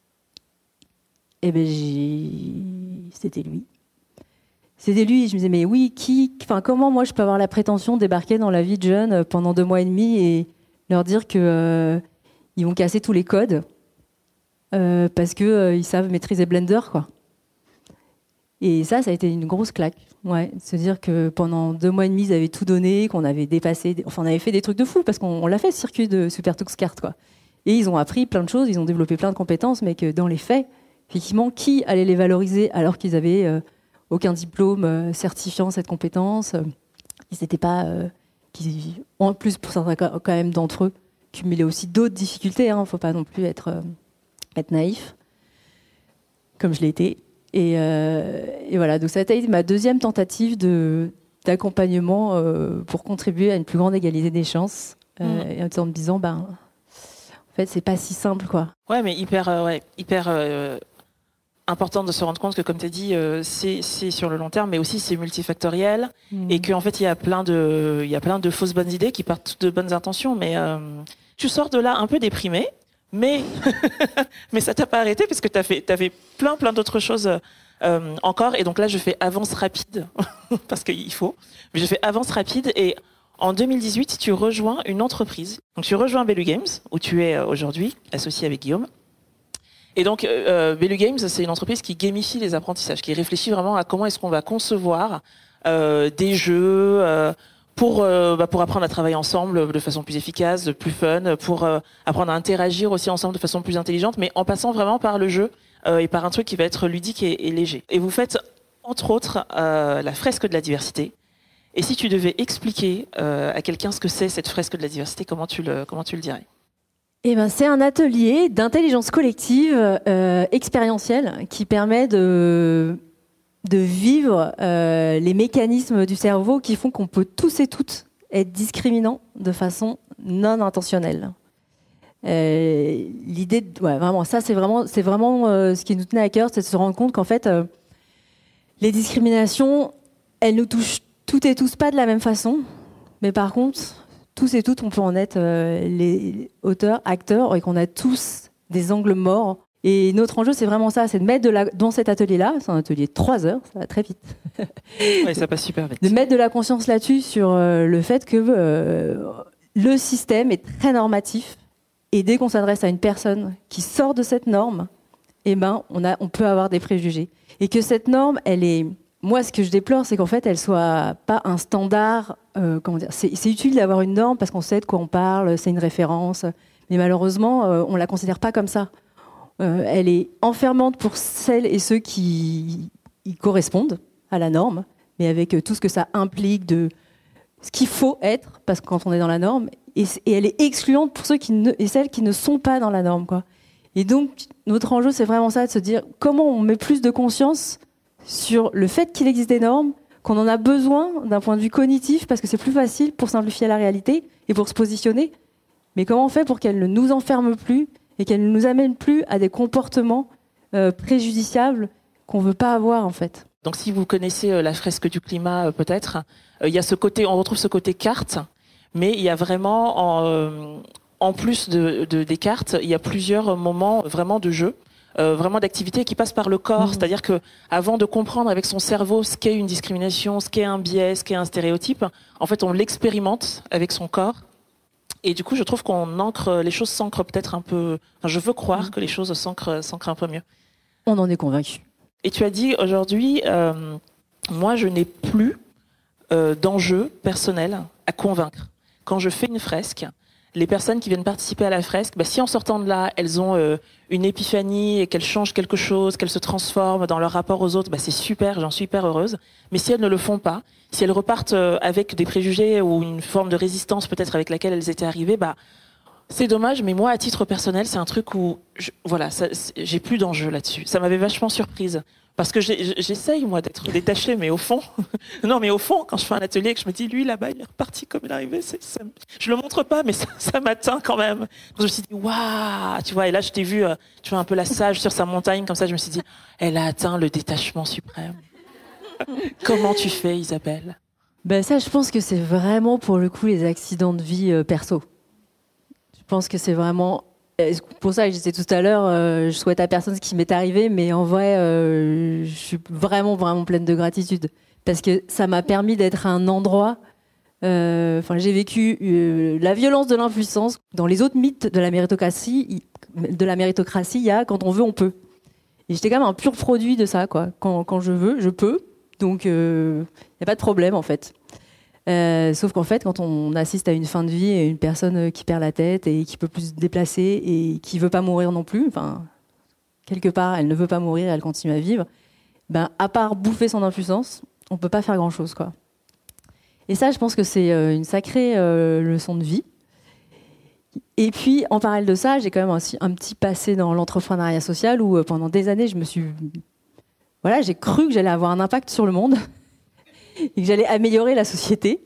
Eh bien, c'était lui. C'était lui. Je me disais, mais oui, qui, enfin, comment moi je peux avoir la prétention de débarquer dans la vie de jeunes pendant deux mois et demi et leur dire qu'ils euh, vont casser tous les codes euh, parce qu'ils euh, savent maîtriser Blender, quoi. Et ça, ça a été une grosse claque. Ouais, se dire que pendant deux mois et demi, ils avaient tout donné, qu'on avait dépassé, enfin, on avait fait des trucs de fou parce qu'on on l'a fait, ce circuit de Super Tux Kart, quoi. Et ils ont appris plein de choses, ils ont développé plein de compétences, mais que dans les faits, effectivement, qui allait les valoriser alors qu'ils avaient euh, aucun diplôme euh, certifiant cette compétence euh, ils n'étaient pas, euh, qui, en plus pour certains quand même d'entre eux, cumulaient aussi d'autres difficultés. Il hein, ne faut pas non plus être, euh, être naïf, comme je l'ai été. Et, euh, et voilà, donc ça a été ma deuxième tentative de, d'accompagnement euh, pour contribuer à une plus grande égalité des chances, euh, mmh. et en me disant, ben, en fait, c'est pas si simple, quoi. Ouais, mais hyper, euh, ouais, hyper euh, important de se rendre compte que, comme tu as dit, euh, c'est, c'est sur le long terme, mais aussi c'est multifactoriel, mmh. et qu'en fait, il y a plein de, il y a plein de fausses bonnes idées qui partent de bonnes intentions, mais euh, tu sors de là un peu déprimé. Mais, mais ça t'a pas arrêté parce que t'as fait, t'as fait plein, plein d'autres choses euh, encore. Et donc là, je fais avance rapide parce qu'il faut. Mais je fais avance rapide et en deux mille dix-huit, tu rejoins une entreprise. Donc tu rejoins Bellu Games où tu es aujourd'hui associé avec Guillaume. Et donc euh, Bellu Games, c'est une entreprise qui gamifie les apprentissages, qui réfléchit vraiment à comment est-ce qu'on va concevoir euh, des jeux. Euh, pour euh, bah, pour apprendre à travailler ensemble de façon plus efficace, plus fun, pour euh, apprendre à interagir aussi ensemble de façon plus intelligente, mais en passant vraiment par le jeu euh, et par un truc qui va être ludique et, et léger. Et vous faites entre autres euh, la fresque de la diversité. Et si tu devais expliquer euh, à quelqu'un ce que c'est cette fresque de la diversité, comment tu le comment tu le dirais ? Eh ben, c'est un atelier d'intelligence collective euh, expérientielle qui permet de de vivre euh, les mécanismes du cerveau qui font qu'on peut tous et toutes être discriminants de façon non intentionnelle. Euh, l'idée, de, ouais, vraiment, ça c'est vraiment, c'est vraiment euh, ce qui nous tenait à cœur, c'est de se rendre compte qu'en fait, euh, les discriminations, elles nous touchent toutes et tous pas de la même façon, mais par contre, tous et toutes, on peut en être euh, les auteurs, acteurs, et qu'on a tous des angles morts. Et notre enjeu, c'est vraiment ça, c'est de mettre de la, dans cet atelier-là, c'est un atelier de trois heures, ça va très vite. Oui, ça passe super vite. De mettre de la conscience là-dessus sur euh, le fait que euh, le système est très normatif et dès qu'on s'adresse à une personne qui sort de cette norme, eh ben, on, a, on peut avoir des préjugés. Et que cette norme, elle est... Moi, ce que je déplore, c'est qu'en fait, elle soit pas un standard. Euh, comment dire, c'est, c'est utile d'avoir une norme parce qu'on sait de quoi on parle, c'est une référence. Mais malheureusement, euh, on la considère pas comme ça. Euh, elle est enfermante pour celles et ceux qui y correspondent à la norme, mais avec tout ce que ça implique de ce qu'il faut être, parce que quand on est dans la norme, et, et elle est excluante pour ceux qui ne, et celles qui ne sont pas dans la norme, quoi. Et donc, notre enjeu, c'est vraiment ça, de se dire comment on met plus de conscience sur le fait qu'il existe des normes, qu'on en a besoin d'un point de vue cognitif, parce que c'est plus facile pour simplifier la réalité et pour se positionner, mais comment on fait pour qu'elles ne nous enferment plus et qu'elle ne nous amène plus à des comportements euh, préjudiciables qu'on ne veut pas avoir, en fait. Donc, si vous connaissez euh, la fresque du climat, euh, peut-être, il euh, y a ce côté, on retrouve ce côté carte, mais il y a vraiment, en, euh, en plus de, de, des cartes, il y a plusieurs moments vraiment de jeu, euh, vraiment d'activités qui passent par le corps. Mmh. C'est-à-dire que, avant de comprendre avec son cerveau ce qu'est une discrimination, ce qu'est un biais, ce qu'est un stéréotype, en fait, on l'expérimente avec son corps. Et du coup, je trouve qu'on ancre, les choses s'ancrent peut-être un peu... Enfin, je veux croire que les choses s'ancrent, s'ancrent un peu mieux. On en est convaincu. Et tu as dit aujourd'hui, euh, moi, je n'ai plus euh, d'enjeu personnel à convaincre. Quand je fais une fresque, les personnes qui viennent participer à la fresque, bah, si en sortant de là, elles ont euh, une épiphanie et qu'elles changent quelque chose, qu'elles se transforment dans leur rapport aux autres, bah, c'est super, j'en suis hyper heureuse. Mais si elles ne le font pas, si elles repartent euh, avec des préjugés ou une forme de résistance peut-être avec laquelle elles étaient arrivées, bah, c'est dommage. Mais moi, à titre personnel, c'est un truc où je, voilà, ça, j'ai plus d'enjeu là-dessus. Ça m'avait vachement surprise. Parce que j'essaye, moi, d'être détachée, mais au fond, non, mais au fond, quand je fais un atelier et que je me dis, lui, là-bas, il est reparti comme il est arrivé, c'est, ça, je le montre pas, mais ça, ça m'atteint quand même. Donc, je me suis dit, waouh, tu vois, et là, je t'ai vu, tu vois, un peu la sage sur sa montagne, comme ça, je me suis dit, elle a atteint le détachement suprême. Comment tu fais, Isabelle ? Ben ça, je pense que c'est vraiment pour le coup les accidents de vie euh, perso. Je pense que c'est vraiment pour ça que je disais tout à l'heure, euh, je souhaite à personne ce qui m'est arrivé, mais en vrai, euh, je suis vraiment vraiment pleine de gratitude parce que ça m'a permis d'être à un endroit. Euh, enfin, j'ai vécu euh, la violence de l'impuissance. Dans les autres mythes de la méritocratie, il, de la méritocratie, il y a quand on veut, on peut. Et j'étais quand même un pur produit de ça, quoi. Quand, quand je veux, je peux. Donc, il euh, n'y a pas de problème, en fait. Euh, sauf qu'en fait, quand on assiste à une fin de vie et une personne qui perd la tête et qui peut plus se déplacer et qui veut pas mourir non plus, enfin, quelque part, elle ne veut pas mourir, elle continue à vivre. Ben, à part bouffer son impuissance, on peut pas faire grand-chose, quoi. Et ça, je pense que c'est une sacrée euh, leçon de vie. Et puis, en parallèle de ça, j'ai quand même aussi un petit passé dans l'entrepreneuriat social où, euh, pendant des années, je me suis, voilà, j'ai cru que j'allais avoir un impact sur le monde. Et que j'allais améliorer la société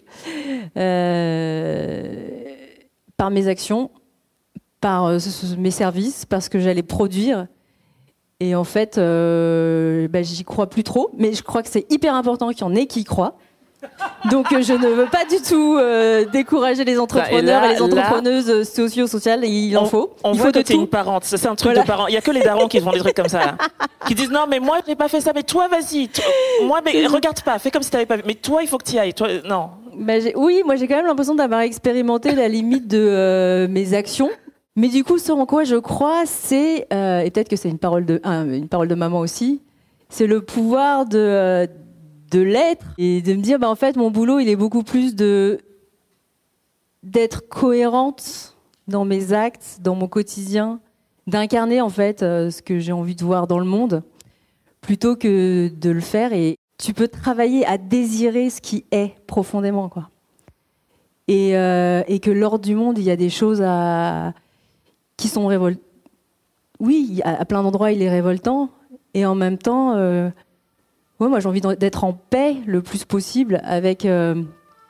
euh, par mes actions, par euh, mes services, parce que j'allais produire. Et en fait, euh, bah, j'y crois plus trop, mais je crois que c'est hyper important qu'il y en ait qui y croient. Donc euh, je ne veux pas du tout euh, décourager les entrepreneurs bah, et, là, et les entrepreneuses là, socio-sociales, il en on, faut. On il voit faut que tu es une parente, c'est un truc voilà. de parents. Il n'y a que les darons qui font des trucs comme ça, là. Qui disent non mais moi j'ai pas fait ça, mais toi vas-y, toi, moi mais regarde pas, fais comme si tu n'avais pas vu, mais toi il faut que tu y ailles, toi non. Bah, j'ai, oui, moi j'ai quand même l'impression d'avoir expérimenté la limite de euh, mes actions. Mais du coup, ce en quoi je crois, c'est, euh, et peut-être que c'est une parole de, hein, une parole de maman aussi, c'est le pouvoir de, euh, de l'être et de me dire, bah, en fait, mon boulot, il est beaucoup plus de, d'être cohérente dans mes actes, dans mon quotidien, d'incarner en fait euh, ce que j'ai envie de voir dans le monde, plutôt que de le faire. Et tu peux travailler à désirer ce qui est profondément, quoi. Et, euh, et que l'ordre du monde, il y a des choses à qui sont révoltantes. Oui, à plein d'endroits, il est révoltant. Et en même temps, euh, ouais, moi, j'ai envie d'être en paix le plus possible avec, euh,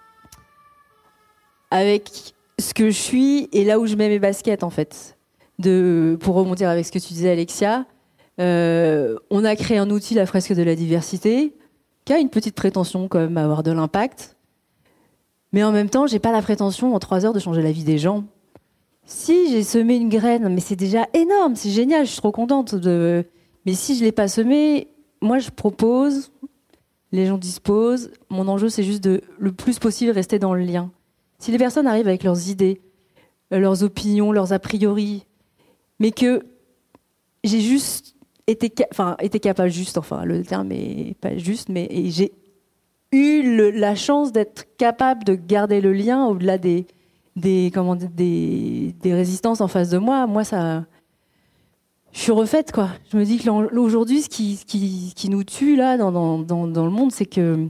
avec ce que je suis et là où je mets mes baskets, en fait. De, pour rebondir avec ce que tu disais, Alexia, euh, on a créé un outil, la fresque de la diversité, qui a une petite prétention quand même à avoir de l'impact. Mais en même temps, j'ai pas la prétention en trois heures de changer la vie des gens. Si j'ai semé une graine, mais c'est déjà énorme, c'est génial, je suis trop contente. De... Mais si je ne l'ai pas semée, moi je propose, les gens disposent. Mon enjeu, c'est juste de le plus possible rester dans le lien. Si les personnes arrivent avec leurs idées, leurs opinions, leurs a priori, mais que j'ai juste été, enfin, été capable, juste, enfin, le terme est pas juste, mais j'ai eu le, la chance d'être capable de garder le lien au-delà des. Des, comment, des, des résistances en face de moi, moi ça, je suis refaite, quoi. Je me dis que aujourd'hui, ce qui, ce qui, ce qui nous tue là dans, dans, dans, dans le monde, c'est que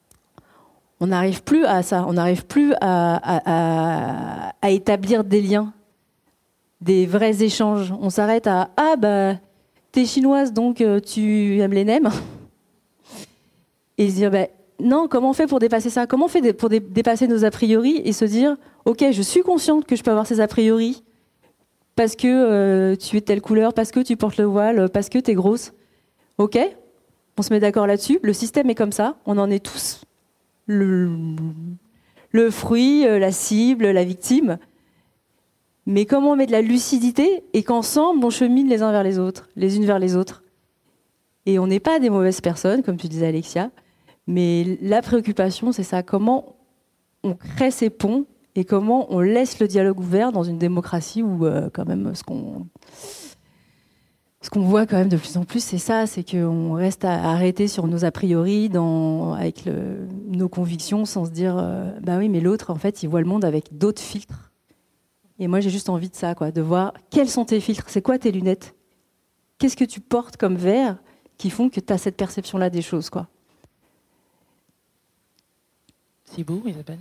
on n'arrive plus à ça, on n'arrive plus à, à, à, à établir des liens, des vrais échanges. On s'arrête à ah bah t'es chinoise donc euh, tu aimes les nems et se dire bah non, comment on fait pour dépasser ça? Comment on fait pour dé- dépasser nos a priori et se dire ok, je suis consciente que je peux avoir ces a priori parce que euh, tu es de telle couleur, parce que tu portes le voile, parce que tu es grosse. Ok, on se met d'accord là-dessus. Le système est comme ça. On en est tous le, le fruit, la cible, la victime. Mais comment on met de la lucidité et qu'ensemble, on chemine les uns vers les autres, les unes vers les autres. Et on n'est pas des mauvaises personnes, comme tu disais, Alexia. Mais la préoccupation, c'est ça. Comment on crée ces ponts et comment on laisse le dialogue ouvert dans une démocratie où, euh, quand même, ce qu'on, ce qu'on voit quand même de plus en plus, c'est ça, c'est qu'on reste à arrêter sur nos a priori, dans, avec le, nos convictions, sans se dire, euh, bah oui, mais l'autre, en fait, il voit le monde avec d'autres filtres. Et moi, j'ai juste envie de ça, quoi, de voir quels sont tes filtres, c'est quoi tes lunettes, qu'est-ce que tu portes comme verre qui font que tu as cette perception-là des choses, quoi. C'est beau, Isabelle.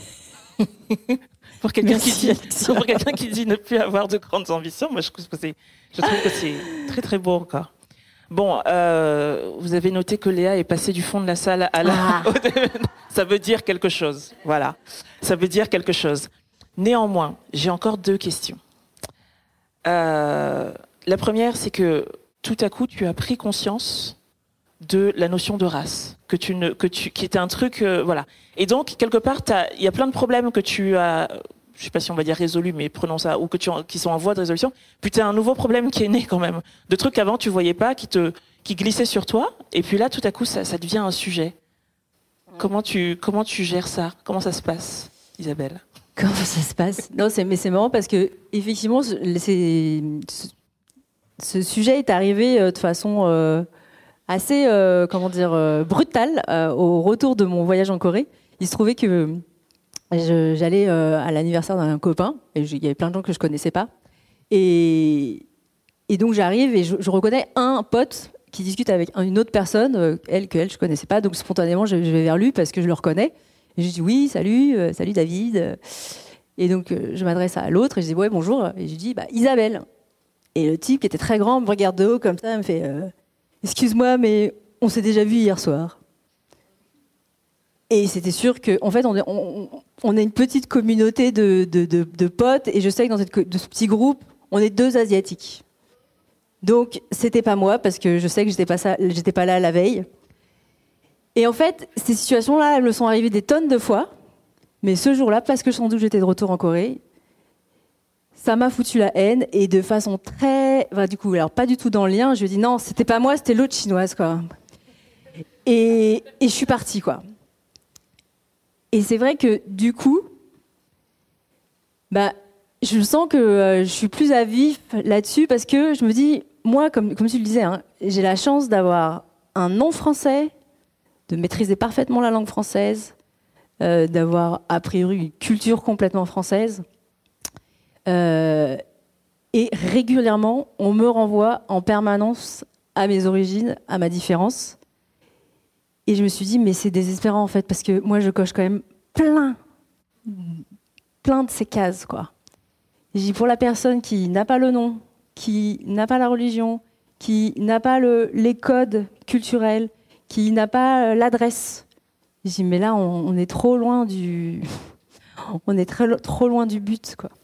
pour, quelqu'un qui dit, pour quelqu'un qui dit ne plus avoir de grandes ambitions, moi je trouve que c'est, je trouve que c'est très très beau encore. Bon, euh, vous avez noté que Léa est passée du fond de la salle à la... Ah. Ça veut dire quelque chose. Voilà, ça veut dire quelque chose. Néanmoins, j'ai encore deux questions. Euh, la première, c'est que tout à coup, tu as pris conscience de la notion de race, que tu ne, que tu, qui était un truc, euh, voilà. Et donc quelque part, il y a plein de problèmes que tu as, je sais pas si on va dire résolus, mais prenons ça, ou que tu, qui sont en voie de résolution. Puis tu as un nouveau problème qui est né quand même, de trucs qu'avant tu voyais pas, qui te, qui glissaient sur toi, et puis là tout à coup ça, ça devient un sujet. Comment tu, comment tu gères ça? Comment ça se passe, Isabelle? Comment ça se passe? Non, c'est, mais c'est marrant parce que effectivement, c'est, ce sujet est arrivé de façon euh, assez, euh, comment dire, euh, brutale euh, au retour de mon voyage en Corée. Il se trouvait que je, j'allais euh, à l'anniversaire d'un copain et il y avait plein de gens que je connaissais pas. Et, et donc j'arrive et je, je reconnais un pote qui discute avec une autre personne, euh, elle que elle je connaissais pas. Donc spontanément, je, je vais vers lui parce que je le reconnais. Et je dis oui, salut, euh, salut David. Et donc euh, je m'adresse à l'autre et je dis ouais bonjour. Et je dis bah Isabelle. Et le type qui était très grand me regarde de haut comme ça, me fait euh, excuse-moi mais on s'est déjà vu hier soir. Et c'était sûr que en fait on est, on, on est une petite communauté de, de, de, de potes et je sais que dans cette, de ce petit groupe on est deux asiatiques. Donc c'était pas moi parce que je sais que j'étais pas ça, j'étais pas là la veille. Et en fait, ces situations-là, elles me sont arrivées des tonnes de fois. Mais ce jour-là, parce que sans doute j'étais de retour en Corée, ça m'a foutu la haine. Et de façon très... Enfin, du coup, alors pas du tout dans le lien. Je lui ai dit non, c'était pas moi, c'était l'autre chinoise, quoi. Et, et je suis partie, quoi. Et c'est vrai que, du coup, bah, je sens que euh, je suis plus à vif là-dessus parce que je me dis, moi, comme, comme tu le disais, hein, j'ai la chance d'avoir un nom français, de maîtriser parfaitement la langue française, euh, d'avoir a priori une culture complètement française. Euh, et régulièrement, on me renvoie en permanence à mes origines, à ma différence. Et je me suis dit, mais c'est désespérant en fait, parce que moi je coche quand même plein, plein de ces cases, quoi. Et j'ai dit, pour la personne qui n'a pas le nom, qui n'a pas la religion, qui n'a pas le, les codes culturels, qui n'a pas l'adresse. J'ai dit, mais là, on, on est trop loin du, on est très, trop loin du but, quoi.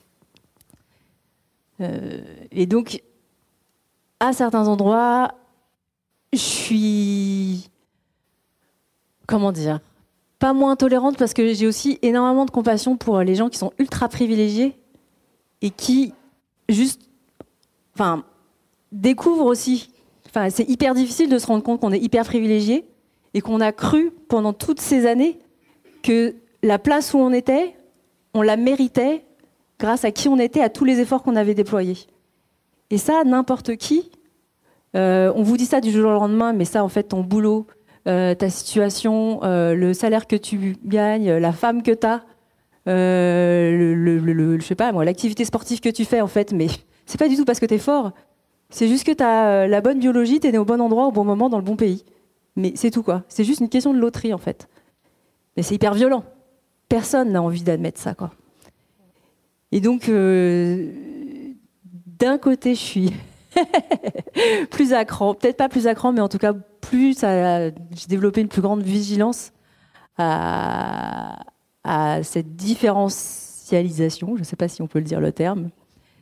Euh, et donc, à certains endroits, je suis, comment dire, pas moins tolérante parce que j'ai aussi énormément de compassion pour les gens qui sont ultra privilégiés et qui juste, enfin, découvrent aussi. Enfin, c'est hyper difficile de se rendre compte qu'on est hyper privilégié et qu'on a cru pendant toutes ces années que la place où on était, on la méritait grâce à qui on était, à tous les efforts qu'on avait déployés. Et ça, n'importe qui, euh, on vous dit ça du jour au lendemain, mais ça, en fait, ton boulot, euh, ta situation, euh, le salaire que tu gagnes, la femme que tu as, euh, le, le, le, le, je sais pas moi, l'activité sportive que tu fais, en fait, mais c'est pas du tout parce que tu es fort. C'est juste que tu as la bonne biologie, tu es né au bon endroit, au bon moment, dans le bon pays. Mais c'est tout, quoi. C'est juste une question de loterie, en fait. Mais c'est hyper violent. Personne n'a envie d'admettre ça, quoi. Et donc, euh, d'un côté, je suis plus à cran. Peut-être pas plus à cran, mais en tout cas, plus à, j'ai développé une plus grande vigilance à, à cette différentialisation. Je ne sais pas si on peut le dire, le terme.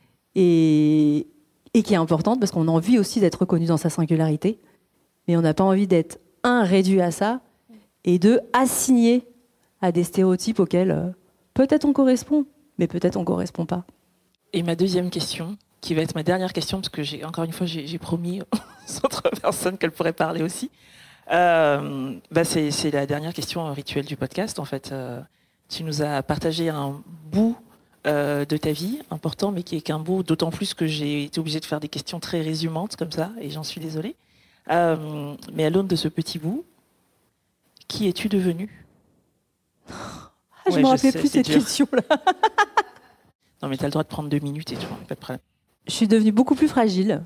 Et... et qui est importante parce qu'on a envie aussi d'être reconnu dans sa singularité, mais on n'a pas envie d'être, un, réduit à ça, et deux, assigné à des stéréotypes auxquels euh, peut-être on correspond, mais peut-être on ne correspond pas. Et ma deuxième question, qui va être ma dernière question, parce que j'ai, encore une fois, j'ai, j'ai promis aux autres personnes qu'elles pourraient parler aussi, euh, bah c'est, c'est la dernière question rituelle du podcast, en fait. Euh, tu nous as partagé un bout Euh, de ta vie, important, mais qui est qu'un bout, d'autant plus que j'ai été obligée de faire des questions très résumantes comme ça, et j'en suis désolée. Euh, mais à l'aune de ce petit bout, qui es-tu devenue? ah, Je ouais, me rappelais plus cette question-là. Non, mais tu as le droit de prendre deux minutes et tout, pas de problème. Je suis devenue beaucoup plus fragile.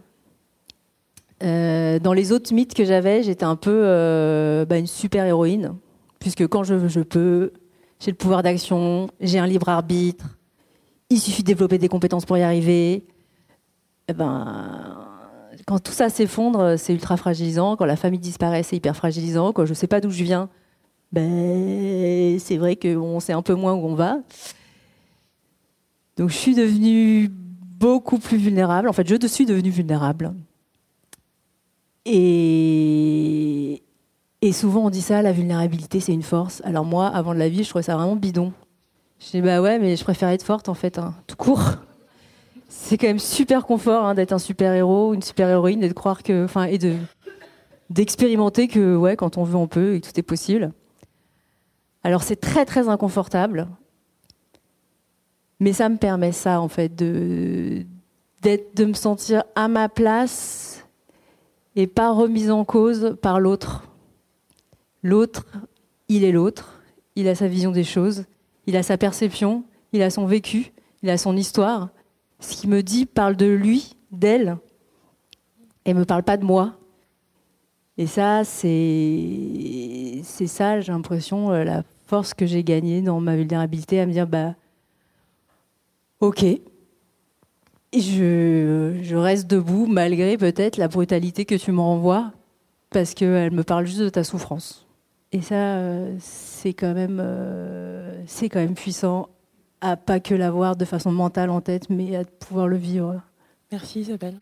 Euh, dans les autres mythes que j'avais, j'étais un peu euh, bah, une super héroïne, puisque quand je, je peux, j'ai le pouvoir d'action, j'ai un libre arbitre. Il suffit de développer des compétences pour y arriver. Eh ben, quand tout ça s'effondre, c'est ultra fragilisant. Quand la famille disparaît, c'est hyper fragilisant. Quand je ne sais pas d'où je viens, ben, c'est vrai qu'on sait un peu moins où on va. Donc je suis devenue beaucoup plus vulnérable. En fait, je suis devenue vulnérable. Et, Et souvent, on dit ça, la vulnérabilité, c'est une force. Alors moi, avant de la vie, je trouvais ça vraiment bidon. Je dis, bah ouais, mais je préfère être forte, en fait, hein, tout court. C'est quand même super confort hein, d'être un super-héros, une super-héroïne, et de croire que... Enfin, et de, d'expérimenter que, ouais, quand on veut, on peut, et que tout est possible. Alors, c'est très, très inconfortable. Mais ça me permet ça, en fait, de, d'être, de me sentir à ma place et pas remise en cause par l'autre. L'autre, il est l'autre. Il a sa vision des choses. Il a sa perception. Il a son vécu. Il a son histoire. Ce qu'il me dit parle de lui, d'elle, et me parle pas de moi. Et ça, c'est, c'est ça, j'ai l'impression, la force que j'ai gagnée dans ma vulnérabilité, à me dire, bah, ok, je, je reste debout malgré peut-être la brutalité que tu me renvoies, parce qu'elle me parle juste de ta souffrance. Et ça, c'est quand même, euh, c'est quand même puissant, à pas que l'avoir de façon mentale en tête, mais à pouvoir le vivre. Merci Isabelle.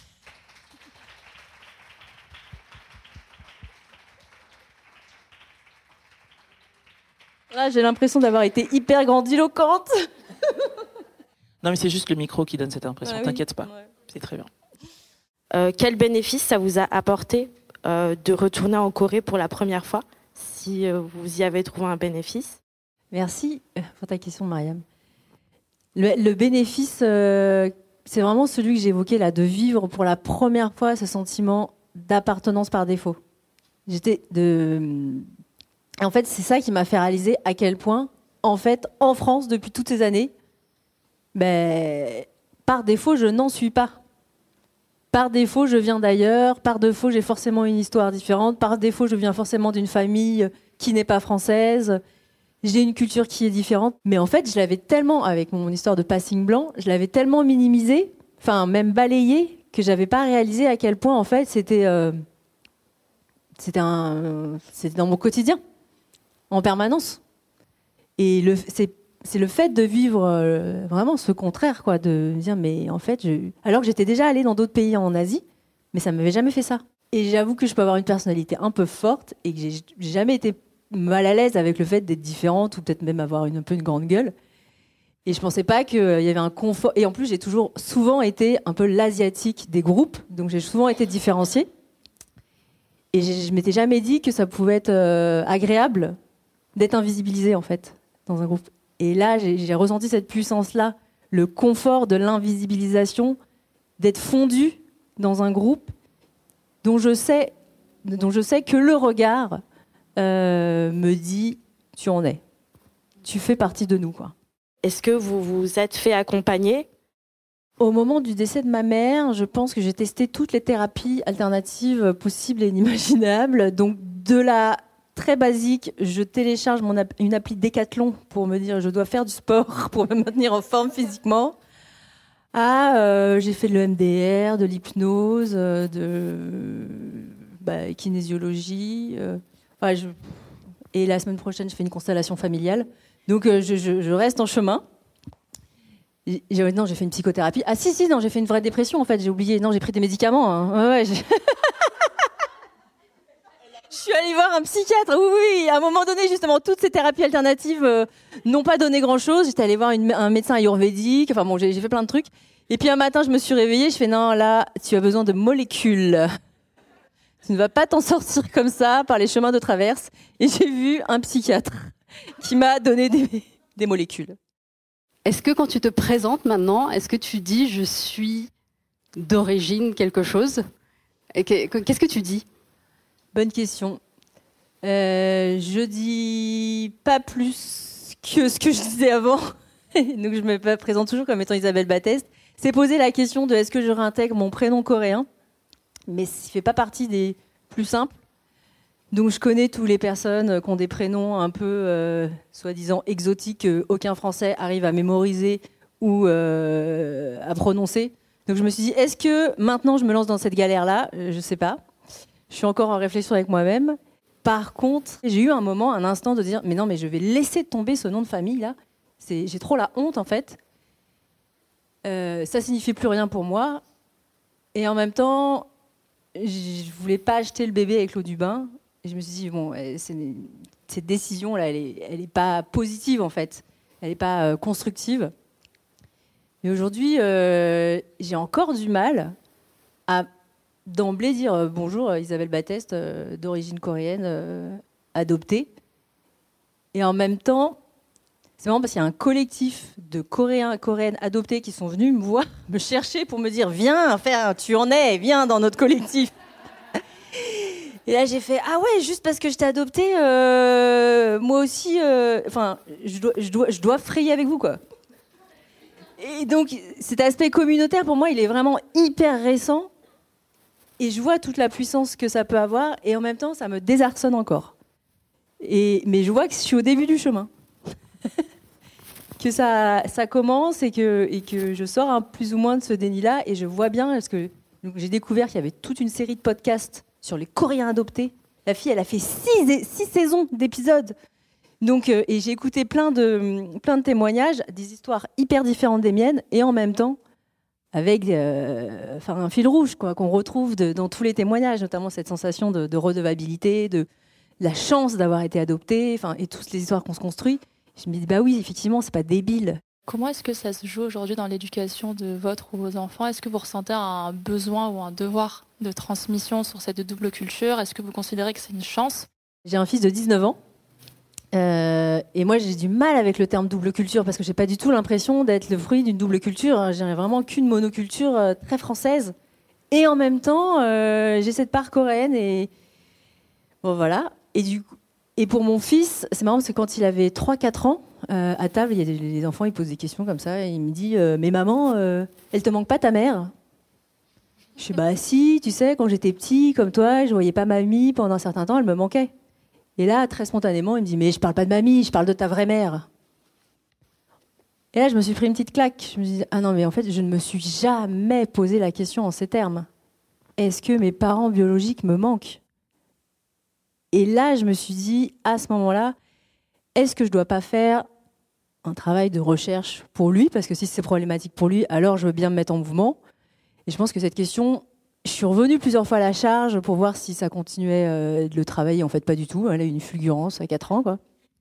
Là, j'ai l'impression d'avoir été hyper grandiloquente. Non mais c'est juste le micro qui donne cette impression, ah, t'inquiète oui. pas, ouais. C'est très bien. Euh, quel bénéfice ça vous a apporté euh, de retourner en Corée pour la première fois, si euh, vous y avez trouvé un bénéfice? Merci pour ta question, Mariam. Le, le bénéfice, euh, c'est vraiment celui que j'évoquais là, de vivre pour la première fois ce sentiment d'appartenance par défaut. J'étais de... En fait, c'est ça qui m'a fait réaliser à quel point, en fait, en France, depuis toutes ces années, ben, par défaut, je n'en suis pas. Par défaut, je viens d'ailleurs. Par défaut, j'ai forcément une histoire différente. Par défaut, je viens forcément d'une famille qui n'est pas française. J'ai une culture qui est différente. Mais en fait, je l'avais tellement, avec mon histoire de passing blanc, je l'avais tellement minimisé, enfin même balayé, que j'avais pas réalisé à quel point, en fait, c'était, euh, c'était, un, c'était dans mon quotidien, en permanence. Et le, c'est, c'est le fait de vivre euh, vraiment ce contraire, quoi, de me dire, mais en fait, je... alors que j'étais déjà allée dans d'autres pays en Asie, mais ça m'avait jamais fait ça. Et j'avoue que je peux avoir une personnalité un peu forte et que j'ai, j'ai jamais été mal à l'aise avec le fait d'être différente ou peut-être même avoir une, un peu une grande gueule. Et je pensais pas qu'il y avait un confort. Et en plus, j'ai toujours souvent été un peu l'asiatique des groupes, donc j'ai souvent été différenciée. Et je, je m'étais jamais dit que ça pouvait être euh, agréable d'être invisibilisée, en fait, dans un groupe. Et là, j'ai, j'ai ressenti cette puissance-là, le confort de l'invisibilisation, d'être fondue dans un groupe dont je sais, dont je sais que le regard euh, me dit « tu en es, tu fais partie de nous ». Quoi. Est-ce que vous vous êtes fait accompagner ? Au moment du décès de ma mère, je pense que j'ai testé toutes les thérapies alternatives possibles et inimaginables. Donc de la très basique, je télécharge mon app- une appli Décathlon pour me dire je dois faire du sport pour me maintenir en forme physiquement. Ah, euh, j'ai fait de l'E M D R, de l'hypnose, euh, de bah, kinésiologie. Euh, enfin, je... Et la semaine prochaine, je fais une constellation familiale. Donc euh, je, je, je reste en chemin. J'ai, non, j'ai fait une psychothérapie. Ah si, si, non, j'ai fait une vraie dépression en fait. J'ai oublié. Non, j'ai pris des médicaments. Hein. Ouais, ouais, j'ai... Je suis allée voir un psychiatre. Oui, oui. À un moment donné, justement, toutes ces thérapies alternatives euh, n'ont pas donné grand-chose. J'étais allée voir une, un médecin ayurvédique. Enfin bon, j'ai, j'ai fait plein de trucs. Et puis un matin, je me suis réveillée. Je fais non, là, tu as besoin de molécules. Tu ne vas pas t'en sortir comme ça par les chemins de traverse. Et j'ai vu un psychiatre qui m'a donné des, des molécules. Est-ce que quand tu te présentes maintenant, est-ce que tu dis je suis d'origine quelque chose ? Et qu'est-ce que tu dis ? Bonne question. Euh, je dis pas plus que ce que je disais avant. Donc je me présente toujours comme étant Isabelle Batteste. C'est poser la question de est-ce que je réintègre mon prénom coréen, mais ça ne fait pas partie des plus simples. Donc je connais toutes les personnes qui ont des prénoms un peu euh, soi-disant exotiques qu'aucun Français arrive à mémoriser ou euh, à prononcer. Donc je me suis dit, est-ce que maintenant je me lance dans cette galère-là ? Je ne sais pas. Je suis encore en réflexion avec moi-même. Par contre, j'ai eu un moment, un instant de dire, mais non, mais je vais laisser tomber ce nom de famille-là. C'est, j'ai trop la honte, en fait. Euh, ça signifie plus rien pour moi. Et en même temps, je voulais pas acheter le bébé avec l'eau du bain. Et je me suis dit, bon, c'est, cette décision-là, elle n'est elle est pas positive, en fait. Elle n'est pas euh, constructive. Mais aujourd'hui, euh, j'ai encore du mal à d'emblée dire euh, bonjour, Isabelle Batteste, euh, d'origine coréenne, euh, adoptée. Et en même temps, c'est marrant parce qu'il y a un collectif de Coréens et Coréennes adoptés qui sont venus me voir, me chercher pour me dire viens, faire, tu en es, viens dans notre collectif. Et là, j'ai fait ah ouais, juste parce que je t'ai adoptée, euh, moi aussi, enfin, euh, je, dois, je, dois, je dois frayer avec vous, quoi. Et donc, cet aspect communautaire, pour moi, il est vraiment hyper récent. Et je vois toute la puissance que ça peut avoir. Et en même temps, ça me désarçonne encore. Et, mais je vois que je suis au début du chemin. que ça, ça commence et que, et que je sors un, plus ou moins de ce déni-là. Et je vois bien, parce que donc, j'ai découvert qu'il y avait toute une série de podcasts sur les Coréens adoptés. La fille, elle a fait six, six saisons d'épisodes. Donc, euh, et j'ai écouté plein de, plein de témoignages, des histoires hyper différentes des miennes, et en même temps, avec euh, enfin, un fil rouge quoi, qu'on retrouve de, dans tous les témoignages, notamment cette sensation de, de redevabilité, de la chance d'avoir été adopté, enfin, et toutes les histoires qu'on se construit. Je me dis, bah oui, effectivement, c'est pas débile. Comment est-ce que ça se joue aujourd'hui dans l'éducation de votre ou vos enfants ? Est-ce que vous ressentez un besoin ou un devoir de transmission sur cette double culture ? Est-ce que vous considérez que c'est une chance ? J'ai un fils de dix-neuf ans. Euh, et moi, j'ai du mal avec le terme double culture parce que j'ai pas du tout l'impression d'être le fruit d'une double culture. J'ai vraiment qu'une monoculture euh, très française. Et en même temps, euh, j'ai cette part coréenne. Et bon, voilà. Et, du coup... et pour mon fils, c'est marrant parce que quand il avait trois quatre ans, euh, à table, il y a des... les enfants ils posent des questions comme ça. Et il me dit euh, mais maman, euh, elle te manque pas ta mère ? Je suis bah si, tu sais, quand j'étais petit, comme toi, je voyais pas mamie pendant un certain temps, elle me manquait. Et là, très spontanément, il me dit « Mais je parle pas de mamie, je parle de ta vraie mère. » Et là, je me suis pris une petite claque. Je me suis dit « Ah non, mais en fait, je ne me suis jamais posé la question en ces termes. Est-ce que mes parents biologiques me manquent ?» Et là, je me suis dit, à ce moment-là, est-ce que je dois pas faire un travail de recherche pour lui ? Parce que si c'est problématique pour lui, alors je veux bien me mettre en mouvement. Et je pense que cette question... Je suis revenue plusieurs fois à la charge pour voir si ça continuait euh, de le travailler. En fait, pas du tout. Elle a eu une fulgurance à quatre ans, quoi.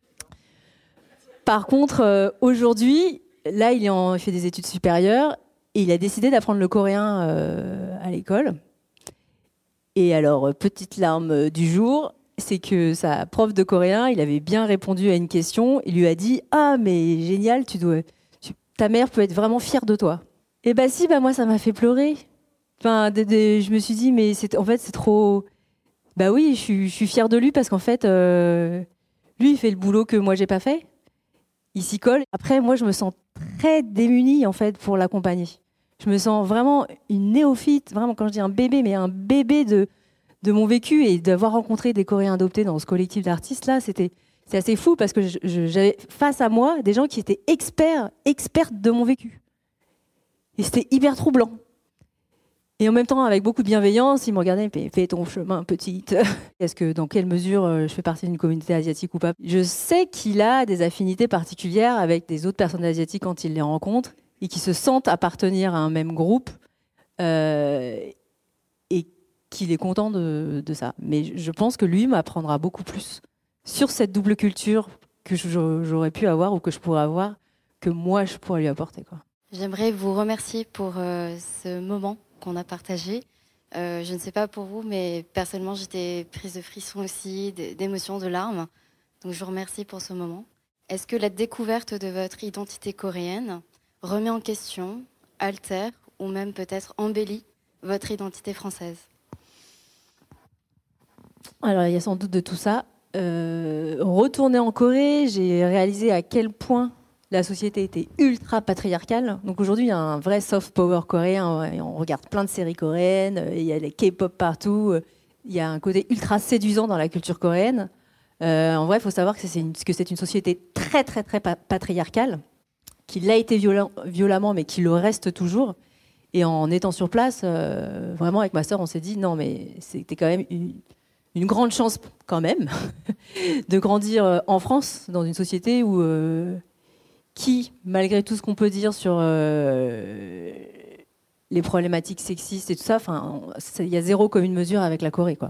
Par contre, euh, aujourd'hui, là, il, est en, il fait des études supérieures et il a décidé d'apprendre le coréen euh, à l'école. Et alors, petite larme du jour, c'est que sa prof de coréen, il avait bien répondu à une question. Il lui a dit « Ah, mais génial, tu dois, tu, ta mère peut être vraiment fière de toi. » Et bah si, bah moi, ça m'a fait pleurer. Enfin, de, de, je me suis dit, mais c'est, en fait, c'est trop... Bah oui, je suis, je suis fière de lui parce qu'en fait, euh, lui, il fait le boulot que moi, j'ai pas fait. Il s'y colle. Après, moi, je me sens très démunie, en fait, pour l'accompagner. Je me sens vraiment une néophyte, vraiment, quand je dis un bébé, mais un bébé de, de mon vécu. Et d'avoir rencontré des Coréens adoptés dans ce collectif d'artistes, là, c'était, c'est assez fou parce que je, je, j'avais face à moi des gens qui étaient experts, expertes de mon vécu. Et c'était hyper troublant. Et en même temps, avec beaucoup de bienveillance, il me regardait, fais ton chemin, petite. Est-ce que, dans quelle mesure je fais partie d'une communauté asiatique ou pas ? Je sais qu'il a des affinités particulières avec des autres personnes asiatiques quand il les rencontre et qui se sentent appartenir à un même groupe euh, et qu'il est content de, de ça. Mais je pense que lui m'apprendra beaucoup plus sur cette double culture que j'aurais pu avoir ou que je pourrais avoir, que moi, je pourrais lui apporter, quoi. J'aimerais vous remercier pour euh, ce moment qu'on a partagé. Euh, je ne sais pas pour vous, mais personnellement, j'étais prise de frissons aussi, d'émotions, de larmes. Donc, je vous remercie pour ce moment. Est-ce que la découverte de votre identité coréenne remet en question, altère ou même peut-être embellit votre identité française ? Alors, il y a sans doute de tout ça. Euh, retourner en Corée, j'ai réalisé à quel point la société était ultra patriarcale. Donc aujourd'hui, il y a un vrai soft power coréen. On regarde plein de séries coréennes, il y a les K-pop partout. Il y a un côté ultra séduisant dans la culture coréenne. Euh, en vrai, il faut savoir que c'est, une, que c'est une société très, très, très patriarcale, qui l'a été violent, violemment, mais qui le reste toujours. Et en étant sur place, euh, vraiment, avec ma sœur, on s'est dit, non, mais c'était quand même une, une grande chance, quand même, de grandir en France, dans une société où... Euh, qui, malgré tout ce qu'on peut dire sur euh, les problématiques sexistes et tout ça, enfin, il y a zéro commune mesure avec la Corée, quoi.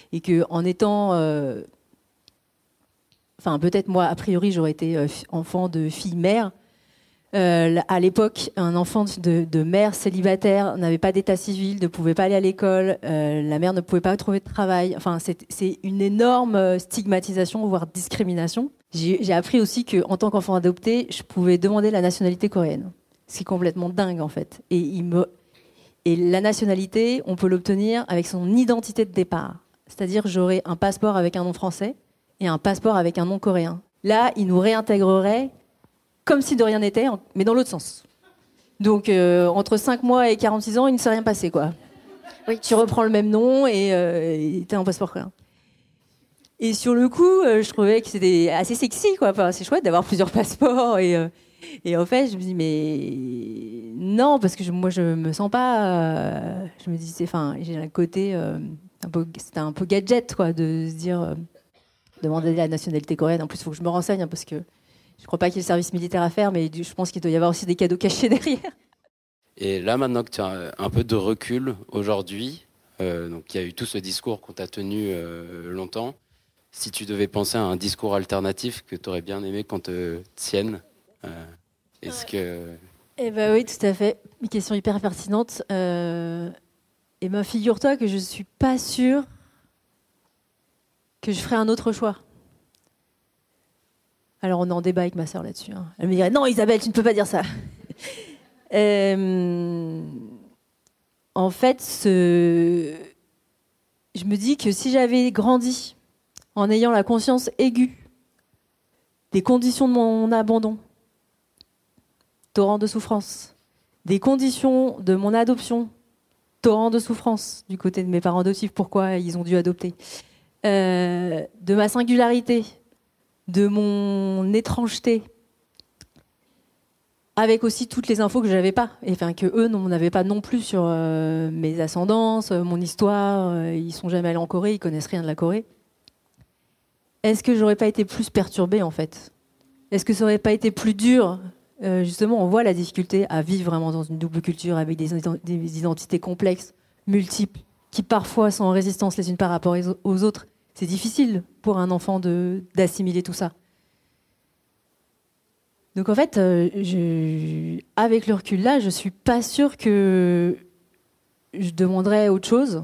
et que en étant, euh, enfin peut-être moi a priori j'aurais été euh, enfant de fille-mère. Euh, à l'époque, un enfant de, de mère célibataire n'avait pas d'état civil, ne pouvait pas aller à l'école, euh, la mère ne pouvait pas trouver de travail. Enfin, c'est, c'est une énorme stigmatisation, voire discrimination. J'ai, j'ai appris aussi qu'en tant qu'enfant adopté, je pouvais demander la nationalité coréenne. Ce qui est complètement dingue, en fait. Et, il me... Et la nationalité, on peut l'obtenir avec son identité de départ. C'est-à-dire, j'aurais un passeport avec un nom français et un passeport avec un nom coréen. Là, ils nous réintégreraient comme si de rien n'était, mais dans l'autre sens. Donc, euh, entre cinq mois et quarante-six ans, il ne s'est rien passé, quoi. Oui. Tu reprends le même nom et euh, tu as un passeport coréen. Et sur le coup, euh, je trouvais que c'était assez sexy, quoi. Enfin, c'est chouette d'avoir plusieurs passeports. Et, euh, et en fait, je me dis, mais non, parce que je, moi, je me sens pas... Euh, je me disais, enfin, j'ai un côté... Euh, un peu, c'était un peu gadget, quoi, de se dire... Euh, demander la nationalité coréenne. En plus, il faut que je me renseigne, hein, parce que je ne crois pas qu'il y ait le service militaire à faire, mais je pense qu'il doit y avoir aussi des cadeaux cachés derrière. Et là, maintenant que tu as un peu de recul aujourd'hui, euh, donc il y a eu tout ce discours qu'on t'a tenu euh, longtemps. Si tu devais penser à un discours alternatif que tu aurais bien aimé qu'on te tienne, euh, est-ce que... Eh bien oui, tout à fait. Une question hyper pertinente. Euh... Et ben, figure-toi que je ne suis pas sûre que je ferais un autre choix. Alors, on est en débat avec ma sœur là-dessus. Hein. Elle me dirait « Non, Isabelle, tu ne peux pas dire ça !» euh, En fait, ce... je me dis que si j'avais grandi en ayant la conscience aiguë des conditions de mon abandon, torrent de souffrance, des conditions de mon adoption, torrent de souffrance du côté de mes parents adoptifs, pourquoi ils ont dû adopter, euh, de ma singularité, de mon étrangeté, avec aussi toutes les infos que je n'avais pas, et enfin que eux n'avaient pas non plus sur euh, mes ascendances, euh, mon histoire. Euh, ils sont jamais allés en Corée, ils connaissent rien de la Corée. Est-ce que j'aurais pas été plus perturbée en fait ? Est-ce que ça aurait pas été plus dur ? euh, Justement, on voit la difficulté à vivre vraiment dans une double culture avec des, des identités complexes, multiples, qui parfois sont en résistance les unes par rapport aux autres. C'est difficile pour un enfant de, d'assimiler tout ça. Donc en fait, euh, je, avec le recul là, je suis pas sûre que je demanderais autre chose.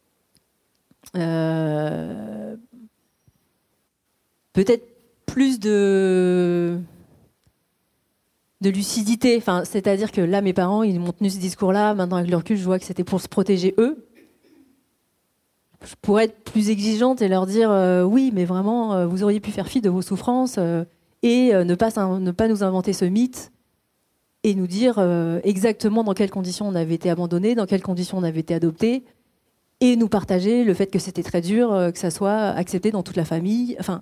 Euh, peut-être plus de, de lucidité. Enfin, c'est-à-dire que là, mes parents, ils m'ont tenu ce discours-là. Maintenant, avec le recul, je vois que c'était pour se protéger eux. Je pourrais être plus exigeante et leur dire euh, oui, mais vraiment, euh, vous auriez pu faire fi de vos souffrances euh, et euh, ne pas, ne pas nous inventer ce mythe et nous dire euh, exactement dans quelles conditions on avait été abandonné, dans quelles conditions on avait été adopté, et nous partager le fait que c'était très dur, euh, que ça soit accepté dans toute la famille. Enfin,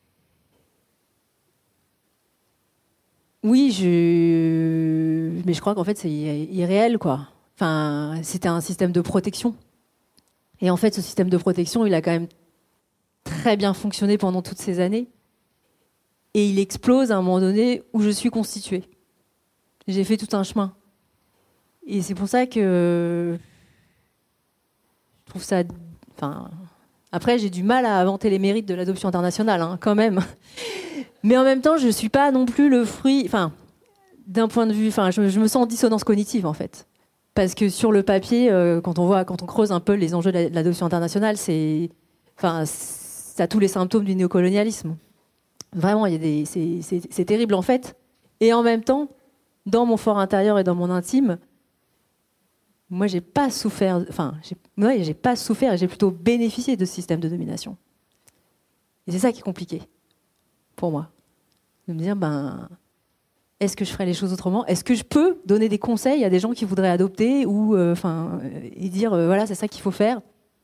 oui, je... mais je crois qu'en fait c'est irréel, quoi. Enfin, c'était un système de protection. Et en fait, ce système de protection, il a quand même très bien fonctionné pendant toutes ces années. Et il explose à un moment donné où je suis constituée. J'ai fait tout un chemin. Et c'est pour ça que je trouve ça... Enfin, après, j'ai du mal à inventer les mérites de l'adoption internationale, hein, quand même. Mais en même temps, je ne suis pas non plus le fruit... Enfin, d'un point de vue... Enfin, je, je me sens en dissonance cognitive, en fait. Parce que sur le papier, euh, quand on voit, quand on creuse un peu les enjeux de l'adoption internationale, c'est, enfin, ça a tous les symptômes du néocolonialisme. Vraiment, il y a des, c'est, c'est, c'est terrible en fait. Et en même temps, dans mon fort intérieur et dans mon intime, moi, j'ai pas souffert. Enfin, j'ai, ouais, j'ai pas souffert. J'ai plutôt bénéficié de ce système de domination. Et c'est ça qui est compliqué pour moi, de me dire, ben. Est-ce que je ferais les choses autrement ? Est-ce que je peux donner des conseils à des gens qui voudraient adopter ou, euh, enfin, et dire euh, voilà, c'est ça qu'il faut faire ?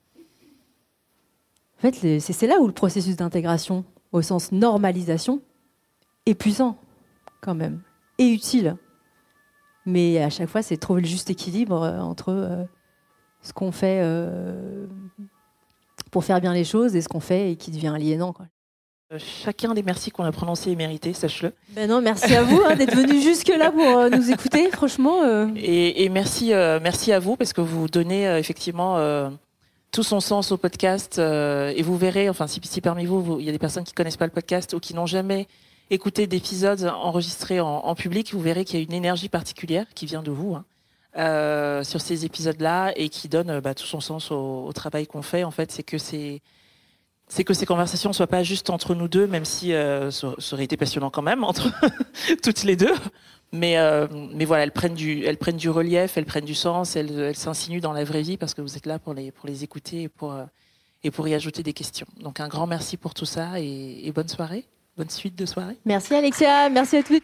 En fait, c'est, c'est là où le processus d'intégration, au sens normalisation, est puissant, quand même, et utile. Mais à chaque fois, c'est de trouver le juste équilibre euh, entre euh, ce qu'on fait euh, pour faire bien les choses et ce qu'on fait et qui devient aliénant, quoi. Chacun des merci qu'on a prononcés est mérité, sache-le. Ben non, merci à vous hein, d'être venus jusque-là pour euh, nous écouter, franchement. Euh... Et, et merci, euh, merci à vous, parce que vous donnez euh, effectivement euh, tout son sens au podcast. Euh, et vous verrez, enfin, si, si parmi vous, vous, il y a des personnes qui connaissent pas le podcast ou qui n'ont jamais écouté d'épisodes enregistrés en, en public, vous verrez qu'il y a une énergie particulière qui vient de vous, hein, euh, sur ces épisodes-là et qui donne bah, tout son sens au, au travail qu'on fait. En fait, c'est que c'est c'est que ces conversations ne soient pas juste entre nous deux, même si euh, ça, ça aurait été passionnant quand même entre toutes les deux. Mais, euh, mais voilà, elles prennent, du, elles prennent du relief, elles prennent du sens, elles, elles s'insinuent dans la vraie vie parce que vous êtes là pour les, pour les écouter et pour, euh, et pour y ajouter des questions. Donc un grand merci pour tout ça et, et bonne soirée, bonne suite de soirée. Merci Alexia, merci à toutes.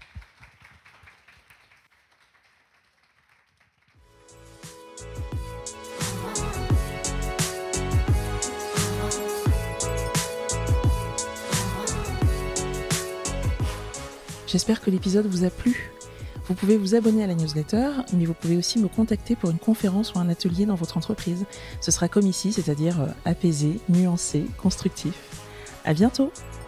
J'espère que l'épisode vous a plu. Vous pouvez vous abonner à la newsletter, mais vous pouvez aussi me contacter pour une conférence ou un atelier dans votre entreprise. Ce sera comme ici, c'est-à-dire apaisé, nuancé, constructif. À bientôt!